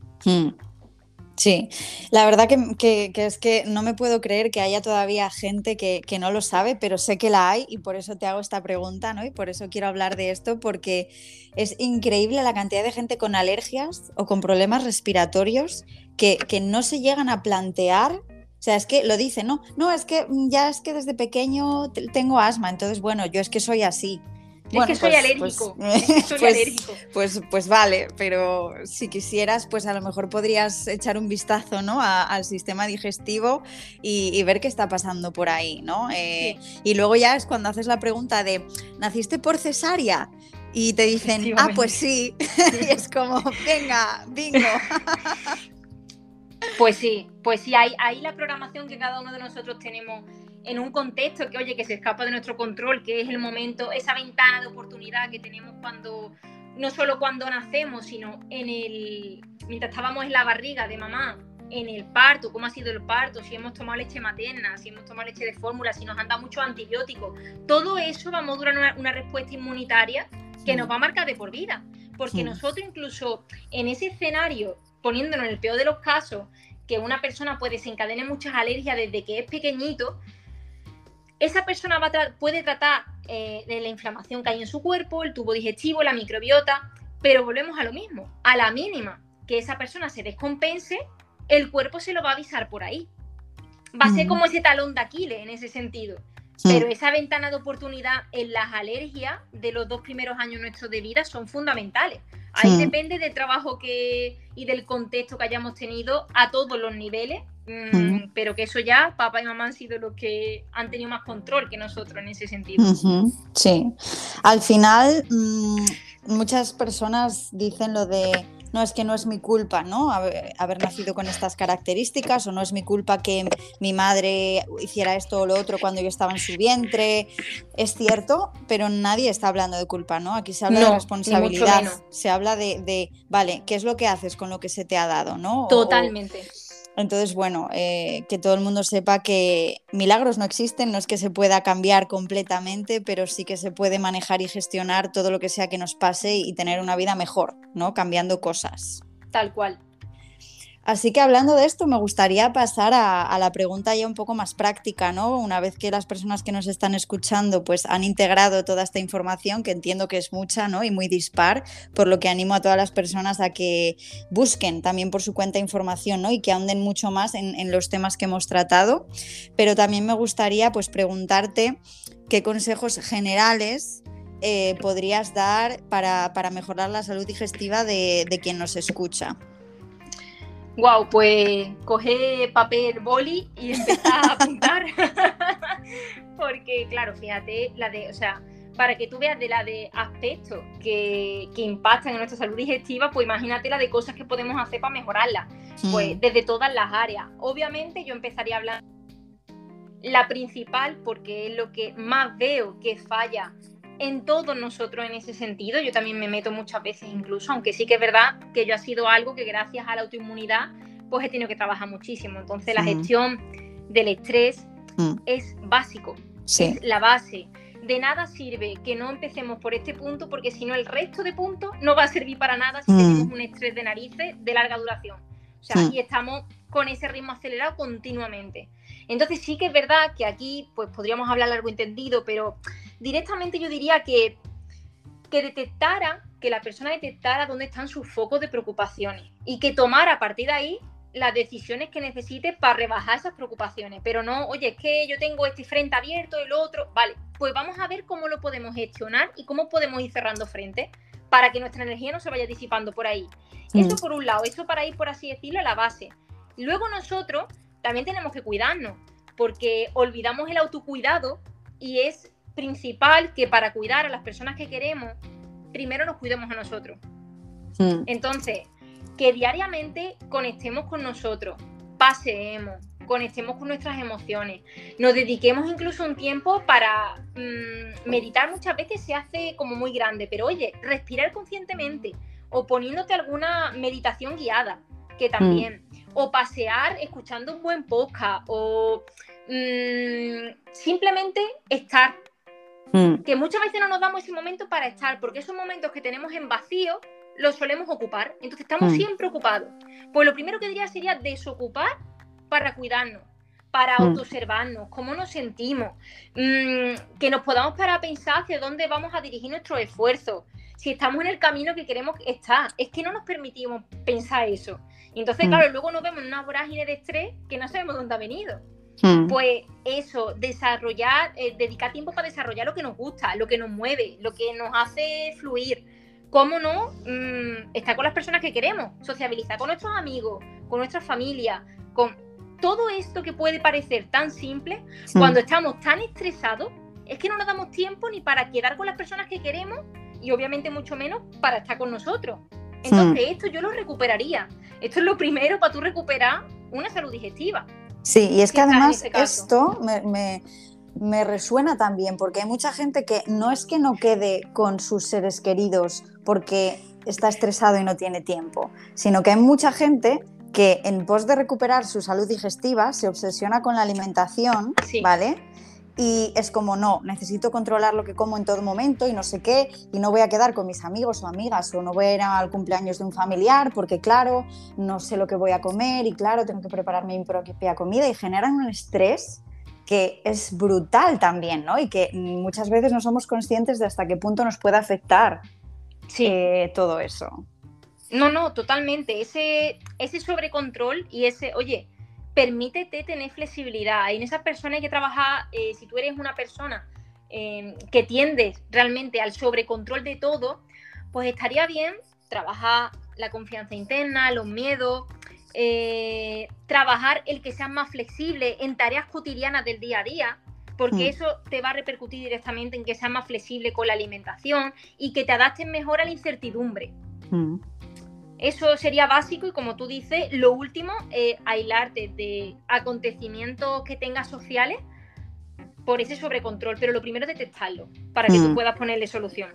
Sí, la verdad que es que no me puedo creer que haya todavía gente que no lo sabe, pero sé que la hay y por eso te hago esta pregunta, ¿no? Y por eso quiero hablar de esto, porque es increíble la cantidad de gente con alergias o con problemas respiratorios que no se llegan a plantear. O sea, es que lo dicen, no, es que desde pequeño tengo asma, entonces, bueno, yo es que soy así. Es que soy alérgico. Pues vale, pero si quisieras, pues a lo mejor podrías echar un vistazo, ¿no? al sistema digestivo y ver qué está pasando por ahí, ¿no? Sí. Y luego ya es cuando haces la pregunta de ¿naciste por cesárea? Y te dicen, pues sí. Y es como, venga, bingo. Pues sí, ahí la programación que cada uno de nosotros tenemos en un contexto que se escapa de nuestro control, que es el momento, esa ventana de oportunidad que tenemos no solo cuando nacemos, sino mientras estábamos en la barriga de mamá, en el parto, cómo ha sido el parto, si hemos tomado leche materna, si hemos tomado leche de fórmula, si nos han dado muchos antibióticos, todo eso va a modular una respuesta inmunitaria que nos va a marcar de por vida, porque nosotros incluso en ese escenario, poniéndonos en el peor de los casos, que una persona puede desencadenar muchas alergias desde que es pequeñito, esa persona puede tratar de la inflamación que hay en su cuerpo, el tubo digestivo, la microbiota, pero volvemos a lo mismo. A la mínima que esa persona se descompense, el cuerpo se lo va a avisar por ahí. Va a ser como ese talón de Aquiles en ese sentido. Pero esa ventana de oportunidad en las alergias de los 2 primeros años nuestros de vida son fundamentales. Ahí depende del trabajo y del contexto que hayamos tenido a todos los niveles, pero que eso ya papá y mamá han sido los que han tenido más control que nosotros en ese sentido. Sí, al final muchas personas dicen lo de no, es que no es mi culpa, ¿no? Haber nacido con estas características, o no es mi culpa que mi madre hiciera esto o lo otro cuando yo estaba en su vientre. Es cierto, pero nadie está hablando de culpa, ¿no? Aquí se habla de responsabilidad, se habla de, vale, ¿qué es lo que haces con lo que se te ha dado, ¿no? Totalmente. Entonces, bueno, que todo el mundo sepa que milagros no existen, no es que se pueda cambiar completamente, pero sí que se puede manejar y gestionar todo lo que sea que nos pase y tener una vida mejor, ¿no? Cambiando cosas. Tal cual. Así que hablando de esto, me gustaría pasar a la pregunta ya un poco más práctica, ¿no? Una vez que las personas que nos están escuchando pues han integrado toda esta información, que entiendo que es mucha, ¿no? Y muy dispar, por lo que animo a todas las personas a que busquen también por su cuenta información, ¿no? Y que ahonden mucho más en los temas que hemos tratado. Pero también me gustaría pues preguntarte qué consejos generales podrías dar para mejorar la salud digestiva de quien nos escucha. Wow, pues coge papel, boli y empezar a apuntar. Porque, claro, fíjate, para que tú veas de la de aspectos que impactan en nuestra salud digestiva, pues imagínate la de cosas que podemos hacer para mejorarla. Pues desde todas las áreas. Obviamente yo empezaría a hablar la principal, porque es lo que más veo que falla en todos nosotros en ese sentido. Yo también me meto muchas veces incluso, aunque sí que es verdad que yo ha sido algo que gracias a la autoinmunidad pues he tenido que trabajar muchísimo. Entonces la gestión del estrés es básico, es la base. De nada sirve que no empecemos por este punto, porque si no el resto de puntos no va a servir para nada si tenemos un estrés de narices de larga duración. O sea, y estamos con ese ritmo acelerado continuamente. Entonces sí que es verdad que aquí pues podríamos hablar largo y entendido, pero directamente yo diría que la persona detectara dónde están sus focos de preocupaciones y que tomara a partir de ahí las decisiones que necesite para rebajar esas preocupaciones. Pero no, oye, es que yo tengo este frente abierto, el otro. Vale, pues vamos a ver cómo lo podemos gestionar y cómo podemos ir cerrando frente para que nuestra energía no se vaya disipando por ahí. Eso por un lado, eso para ir, por así decirlo, a la base. Luego nosotros también tenemos que cuidarnos, porque olvidamos el autocuidado y es principal que para cuidar a las personas que queremos, primero nos cuidemos a nosotros. Entonces, que diariamente conectemos con nosotros, paseemos, conectemos con nuestras emociones, nos dediquemos incluso un tiempo para meditar. Muchas veces se hace como muy grande, pero oye, respirar conscientemente o poniéndote alguna meditación guiada, que también, o pasear escuchando un buen podcast, o simplemente estar. Que muchas veces no nos damos ese momento para estar, porque esos momentos que tenemos en vacío los solemos ocupar, entonces estamos siempre ocupados. Pues lo primero que diría sería desocupar para cuidarnos, para autoobservarnos, cómo nos sentimos, que nos podamos parar a pensar hacia dónde vamos a dirigir nuestros esfuerzos, si estamos en el camino que queremos estar. Es que no nos permitimos pensar eso. Y entonces, claro, luego nos vemos en una vorágine de estrés que no sabemos dónde ha venido. Pues eso, dedicar tiempo para desarrollar lo que nos gusta, lo que nos mueve, lo que nos hace fluir. ¿Cómo no? Estar con las personas que queremos, sociabilizar con nuestros amigos, con nuestra familia, con todo esto que puede parecer tan simple. Cuando estamos tan estresados, es que no nos damos tiempo ni para quedar con las personas que queremos y obviamente mucho menos para estar con nosotros. Entonces esto yo lo recuperaría. Esto es lo primero para tú recuperar una salud digestiva. Sí, y es que además esto me resuena también, porque hay mucha gente que no es que no quede con sus seres queridos porque está estresado y no tiene tiempo, sino que hay mucha gente que en pos de recuperar su salud digestiva se obsesiona con la alimentación, ¿vale? Y es como, no, necesito controlar lo que como en todo momento y no sé qué, y no voy a quedar con mis amigos o amigas, o no voy a ir al cumpleaños de un familiar porque, claro, no sé lo que voy a comer y, claro, tengo que prepararme mi propia comida, y generan un estrés que es brutal también, ¿no? Y que muchas veces no somos conscientes de hasta qué punto nos puede afectar todo eso. No, totalmente. Ese sobrecontrol y ese, oye, permítete tener flexibilidad. Y en esas personas hay que trabajar. Si tú eres una persona que tiendes realmente al sobrecontrol de todo, pues estaría bien trabajar la confianza interna, los miedos, trabajar el que seas más flexible en tareas cotidianas del día a día, porque eso te va a repercutir directamente en que seas más flexible con la alimentación y que te adaptes mejor a la incertidumbre. Eso sería básico y, como tú dices, lo último es aislarte de acontecimientos que tengas sociales por ese sobrecontrol, pero lo primero es detectarlo para que tú puedas ponerle solución.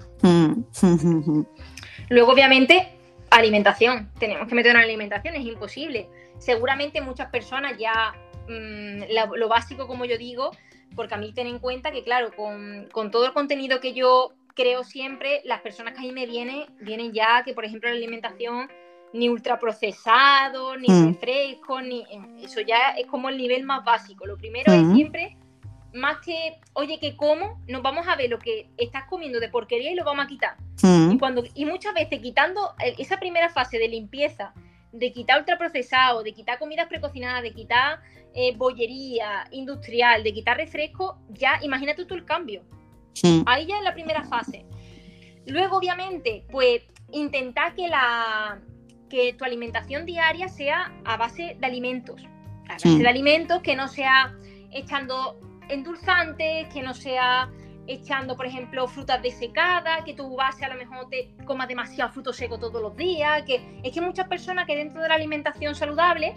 Luego, obviamente, alimentación. Tenemos que meter en alimentación, es imposible. Seguramente muchas personas ya lo básico, como yo digo, porque a mí ten en cuenta que, claro, con todo el contenido que yo creo siempre, las personas que a mí me vienen ya que, por ejemplo, la alimentación ni ultraprocesado, ni refresco, ni eso ya es como el nivel más básico. Lo primero es siempre, más que, oye, ¿qué como? Nos vamos a ver lo que estás comiendo de porquería y lo vamos a quitar. Y muchas veces quitando esa primera fase de limpieza, de quitar ultraprocesado, de quitar comidas precocinadas, de quitar bollería industrial, de quitar refresco, ya imagínate tú el cambio. Ahí ya es la primera fase. Luego, obviamente, pues intentar que tu alimentación diaria sea a base de alimentos. A base de alimentos, que no sea echando endulzantes, que no sea echando, por ejemplo, frutas desecadas, que tu base a lo mejor te comas demasiado fruto seco todos los días, que es que muchas personas que dentro de la alimentación saludable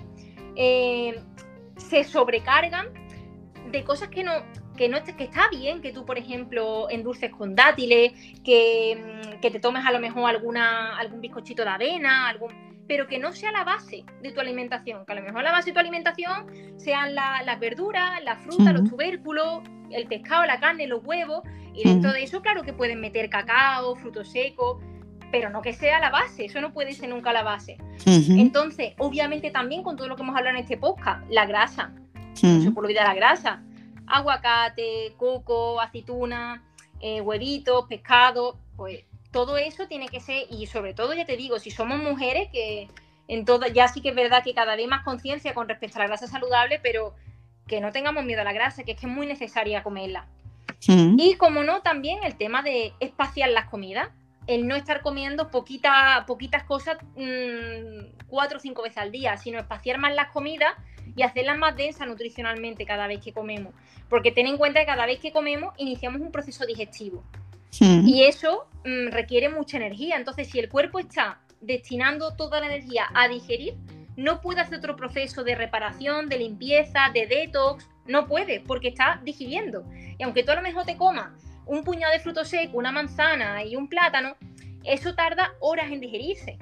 se sobrecargan de cosas que está bien que tú, por ejemplo, endulces con dátiles, que te tomes a lo mejor algún bizcochito de avena, pero que no sea la base de tu alimentación, que a lo mejor la base de tu alimentación sean las verduras, las frutas, los tubérculos, el pescado, la carne, los huevos, y dentro de eso, claro que pueden meter cacao, frutos secos, pero no que sea la base, eso no puede ser nunca la base. Entonces, obviamente también con todo lo que hemos hablado en este podcast, la grasa, no se puede olvidar la grasa, aguacate, coco, aceituna, huevitos, pescado, pues todo eso tiene que ser, y sobre todo, ya te digo, si somos mujeres, que en todo, ya sí que es verdad que cada vez más conciencia con respecto a la grasa saludable, pero que no tengamos miedo a la grasa, que es muy necesaria comerla. Y como no, también el tema de espaciar las comidas, el no estar comiendo poquitas cosas 4 o 5 veces al día, sino espaciar más las comidas y hacerlas más densas nutricionalmente cada vez que comemos. Porque ten en cuenta que cada vez que comemos iniciamos un proceso digestivo. Y eso requiere mucha energía. Entonces, si el cuerpo está destinando toda la energía a digerir, no puede hacer otro proceso de reparación, de limpieza, de detox. No puede, porque está digiriendo. Y aunque tú a lo mejor te comas un puñado de frutos secos, una manzana y un plátano, eso tarda horas en digerirse.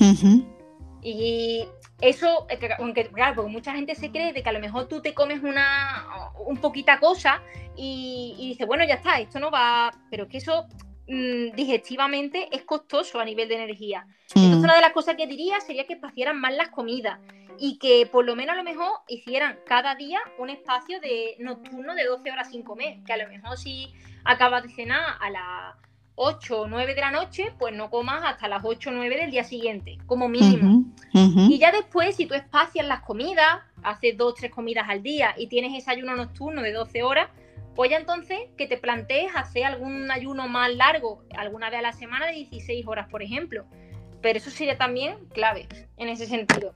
Y eso, aunque claro, porque mucha gente se cree de que a lo mejor tú te comes un poquita cosa y dices, bueno, ya está, esto no va, pero es que eso digestivamente es costoso a nivel de energía. Entonces, una de las cosas que diría sería que espaciaran más las comidas y que por lo menos a lo mejor hicieran cada día un espacio de nocturno de 12 horas sin comer, que a lo mejor si acabas de cenar a las 8 o 9 de la noche, pues no comas hasta las 8 o 9 del día siguiente, como mínimo. Y ya después, si tú espacias las comidas, haces 2 o 3 comidas al día y tienes ese ayuno nocturno de 12 horas, pues ya entonces que te plantees hacer algún ayuno más largo, alguna vez a la semana de 16 horas, por ejemplo. Pero eso sería también clave en ese sentido.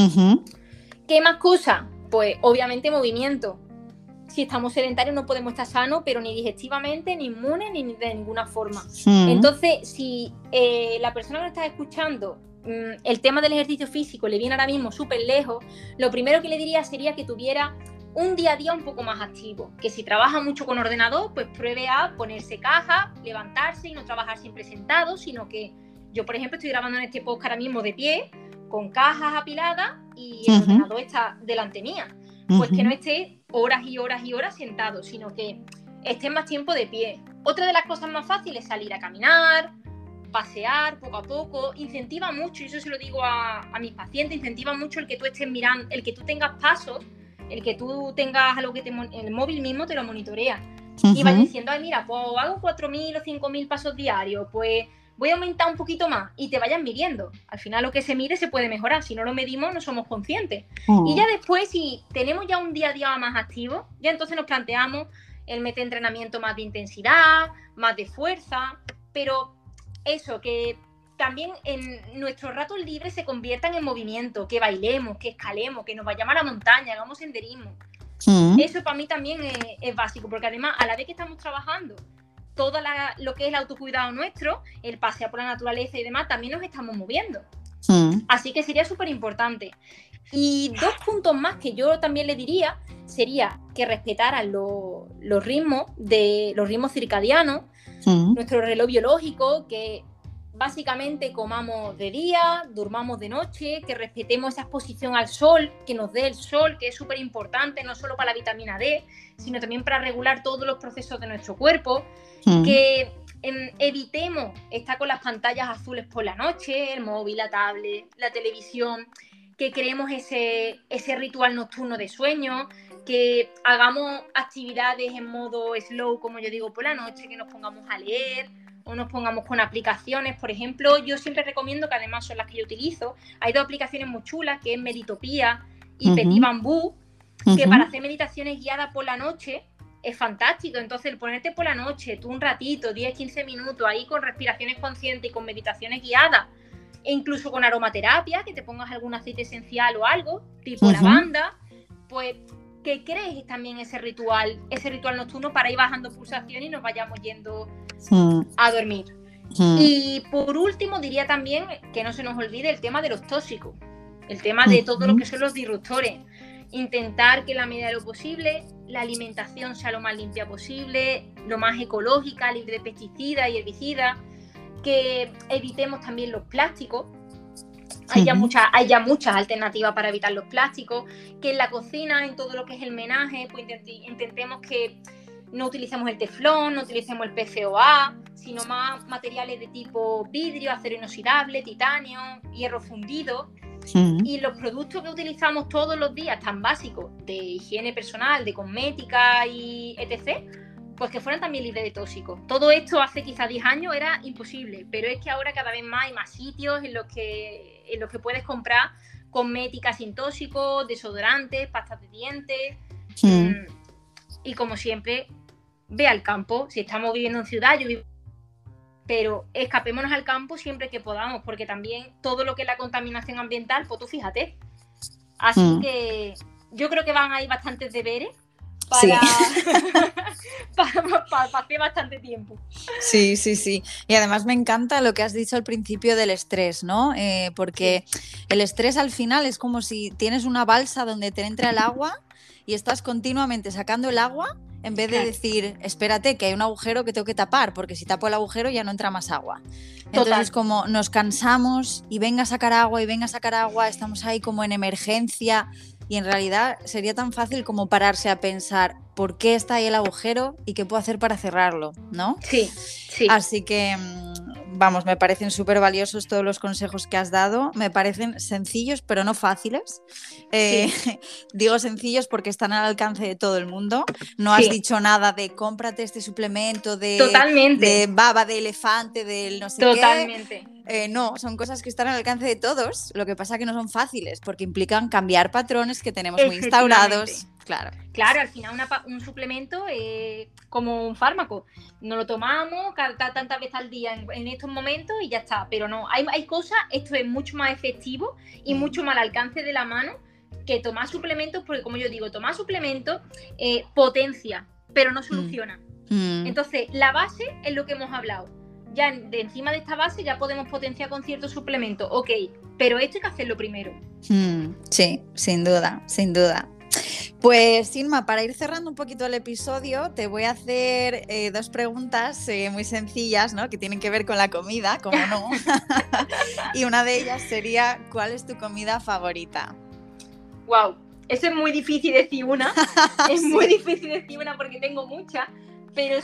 ¿Qué más cosas? Pues obviamente movimiento. Si estamos sedentarios no podemos estar sanos, pero ni digestivamente, ni inmunes, ni de ninguna forma. Entonces, si la persona que nos está escuchando, el tema del ejercicio físico le viene ahora mismo súper lejos, lo primero que le diría sería que tuviera un día a día un poco más activo. Que si trabaja mucho con ordenador, pues pruebe a ponerse caja, levantarse y no trabajar siempre sentado, sino que yo, por ejemplo, estoy grabando en este podcast ahora mismo de pie, con cajas apiladas y el ordenador está delante mía. Pues que no esté horas y horas y horas sentado, sino que esté más tiempo de pie. Otra de las cosas más fáciles es salir a caminar, pasear poco a poco. Incentiva mucho, y eso se lo digo a mis pacientes, incentiva mucho el que tú estés mirando, el que tú tengas pasos, el que tú tengas algo que el móvil mismo te lo monitorea. Y vas diciendo, ay, mira, pues hago 4.000 o 5.000 pasos diarios, pues voy a aumentar un poquito más, y te vayan midiendo. Al final lo que se mide se puede mejorar, si no lo medimos no somos conscientes. Y ya después, si tenemos ya un día a día más activo, ya entonces nos planteamos el meter entrenamiento más de intensidad, más de fuerza, pero eso, que también en nuestros ratos libres se conviertan en movimiento, que bailemos, que escalemos, que nos vayamos a la montaña, hagamos senderismo. Eso para mí también es básico, porque además a la vez que estamos trabajando todo lo que es el autocuidado nuestro, el pasear por la naturaleza y demás, también nos estamos moviendo. Así que sería súper importante. Y 2 puntos más que yo también le diría sería que respetaran los ritmos circadianos, nuestro reloj biológico, que básicamente comamos de día, durmamos de noche, que respetemos esa exposición al sol, que nos dé el sol, que es súper importante, no solo para la vitamina D, sino también para regular todos los procesos de nuestro cuerpo, que evitemos estar con las pantallas azules por la noche, el móvil, la tablet, la televisión, que creemos ese ritual nocturno de sueño, que hagamos actividades en modo slow, como yo digo, por la noche, que nos pongamos a leer o nos pongamos con aplicaciones. Por ejemplo, yo siempre recomiendo, que además son las que yo utilizo, hay 2 aplicaciones muy chulas, que es Meditopía y Petit Bambú, que para hacer meditaciones guiadas por la noche es fantástico. Entonces, el ponerte por la noche, tú un ratito, 10-15 minutos, ahí con respiraciones conscientes y con meditaciones guiadas, e incluso con aromaterapia, que te pongas algún aceite esencial o algo, tipo lavanda, pues que crees también ese ritual nocturno para ir bajando pulsación y nos vayamos yendo a dormir. Y por último, diría también que no se nos olvide el tema de los tóxicos, el tema de todo lo que son los disruptores. Intentar que en la medida de lo posible la alimentación sea lo más limpia posible, lo más ecológica, libre de pesticidas y herbicidas, que evitemos también los plásticos. Hay ya muchas alternativas para evitar los plásticos, que en la cocina, en todo lo que es el menaje, pues intentemos que no utilicemos el teflón, no utilicemos el PFOA, sino más materiales de tipo vidrio, acero inoxidable, titanio, hierro fundido. Y los productos que utilizamos todos los días, tan básicos, de higiene personal, de cosmética y etc., pues que fueran también libres de tóxicos. Todo esto hace quizás 10 años era imposible, pero es que ahora cada vez más hay más sitios en los que puedes comprar cosmética sin tóxicos, desodorantes, pastas de dientes. Y como siempre, ve al campo. Si estamos viviendo en ciudad, pero escapémonos al campo siempre que podamos, porque también todo lo que es la contaminación ambiental, pues tú fíjate. Así que yo creo que van a ir bastantes deberes para hacer bastante tiempo. Sí. Y además me encanta lo que has dicho al principio del estrés, ¿no? Porque el estrés al final es como si tienes una balsa donde te entra el agua y estás continuamente sacando el agua, en vez de decir, espérate, que hay un agujero que tengo que tapar, porque si tapo el agujero ya no entra más agua. Entonces, como nos cansamos y venga a sacar agua, estamos ahí como en emergencia, y en realidad sería tan fácil como pararse a pensar por qué está ahí el agujero y qué puedo hacer para cerrarlo, ¿no? Sí. Así que, vamos, me parecen súper valiosos todos los consejos que has dado. Me parecen sencillos, pero no fáciles. Digo sencillos porque están al alcance de todo el mundo. No has dicho nada de cómprate este suplemento de baba de elefante, del no sé qué. Totalmente. No, son cosas que están al alcance de todos. Lo que pasa es que no son fáciles porque implican cambiar patrones que tenemos muy instaurados. Claro, al final un suplemento es como un fármaco. Nos lo tomamos tantas veces al día en estos momentos y ya está. Pero no, hay cosas, esto es mucho más efectivo y mucho más al alcance de la mano que tomar suplementos, porque como yo digo, tomar suplementos potencia, pero no soluciona. Entonces, la base es lo que hemos hablado. Ya de encima de esta base ya podemos potenciar con ciertos suplementos, ok, pero esto hay que hacerlo primero. Sí, sin duda. Pues Inma, para ir cerrando un poquito el episodio, te voy a hacer 2 preguntas muy sencillas, ¿no? Que tienen que ver con la comida, como no. Y una de ellas sería, ¿cuál es tu comida favorita? Wow, eso es muy difícil decir una. Es muy difícil decir una porque tengo muchas, pero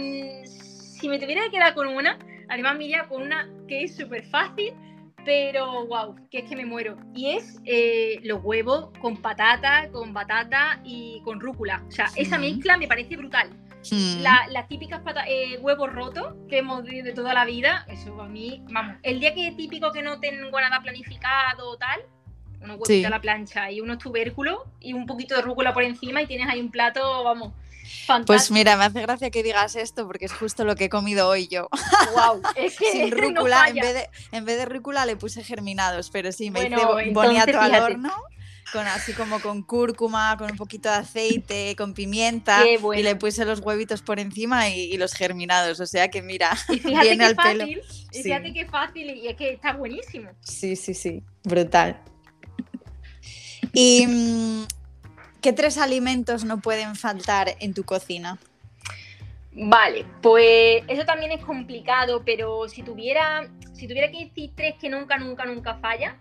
si me tuviera que quedar con una, además me iría con una que es súper fácil, pero wow, que es que me muero. Y es los huevos con patata y con rúcula. O sea, esa mezcla me parece brutal. Las típicas huevos rotos que hemos vivido de toda la vida, eso a mí, vamos. El día que es típico que no tengo nada planificado o tal, unos huevitos a la plancha y unos tubérculos y un poquito de rúcula por encima y tienes ahí un plato, vamos, fantástico. Pues mira, me hace gracia que digas esto porque es justo lo que he comido hoy yo. Wow, es que sin rúcula, no en vez de rúcula le puse germinados, pero sí, me hice entonces, boniato al horno así como con cúrcuma, con un poquito de aceite, con pimienta, bueno. y le puse los huevitos por encima y los germinados, o sea que mira, y fíjate viene qué al fácil, pelo. y fíjate qué fácil, y es que está buenísimo. Sí, brutal. ¿Y qué 3 alimentos no pueden faltar en tu cocina? Vale, pues eso también es complicado, pero si tuviera que decir 3 que nunca falla,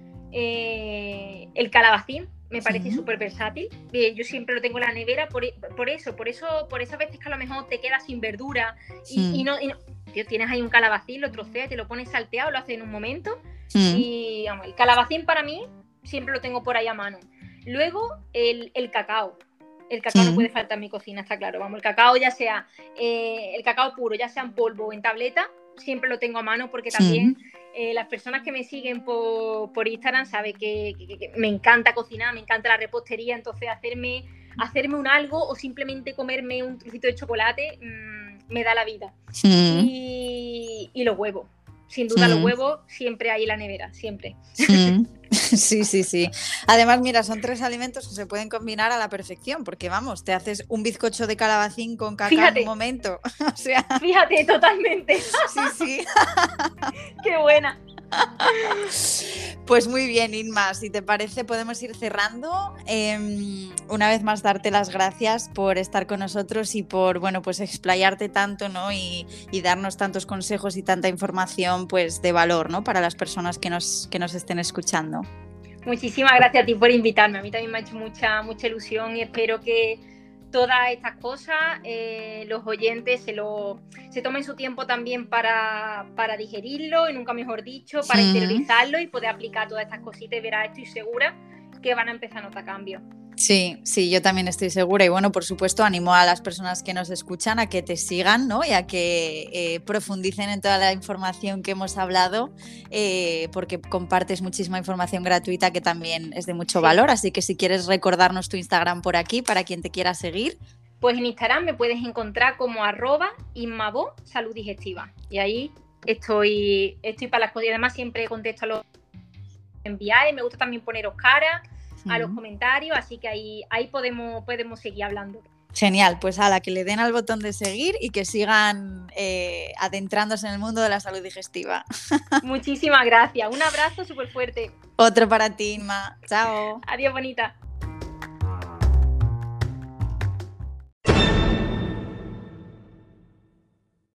el calabacín me parece súper versátil. Yo siempre lo tengo en la nevera por esas veces que a lo mejor te quedas sin verdura y no, tío, tienes ahí un calabacín, lo troceas, te lo pones salteado, lo haces en un momento. Y vamos, el calabacín para mí siempre lo tengo por ahí a mano. Luego el cacao. El cacao no puede faltar en mi cocina, está claro. Vamos, el cacao ya sea el cacao puro, ya sea en polvo o en tableta, siempre lo tengo a mano porque también las personas que me siguen por Instagram saben que me encanta cocinar, me encanta la repostería, entonces hacerme un algo o simplemente comerme un trocito de chocolate me da la vida. Y los huevos. Sin duda los huevos siempre hay en la nevera, siempre. Sí. Además, mira, son 3 alimentos que se pueden combinar a la perfección, porque vamos, te haces un bizcocho de calabacín con cacao en un momento. O sea... Fíjate, totalmente. Sí. Qué buena. Pues muy bien, Inma, si te parece podemos ir cerrando. Una vez más darte las gracias por estar con nosotros y por, bueno, pues explayarte tanto, ¿no? Y darnos tantos consejos y tanta información, pues de valor, ¿no? Para las personas que nos estén escuchando. Muchísimas gracias a ti por invitarme. A mí también me ha hecho mucha ilusión y espero que todas estas cosas los oyentes se tomen su tiempo también para digerirlo, y nunca mejor dicho, para interiorizarlo y poder aplicar todas estas cositas, y verás, estoy segura que van a empezar a notar cambios. Sí, yo también estoy segura, y bueno, por supuesto animo a las personas que nos escuchan a que te sigan, ¿no? Y a que profundicen en toda la información que hemos hablado, porque compartes muchísima información gratuita que también es de mucho valor, así que si quieres recordarnos tu Instagram por aquí para quien te quiera seguir. Pues en Instagram me puedes encontrar como @inmabo salud digestiva, y ahí estoy para las cosas, y además siempre contesto a los enviáis, me gusta también poneros cara a los comentarios, así que ahí podemos seguir hablando. Genial, pues que le den al botón de seguir y que sigan adentrándose en el mundo de la salud digestiva. Muchísimas gracias, un abrazo súper fuerte. Otro para ti, Inma. Chao. Adiós, bonita.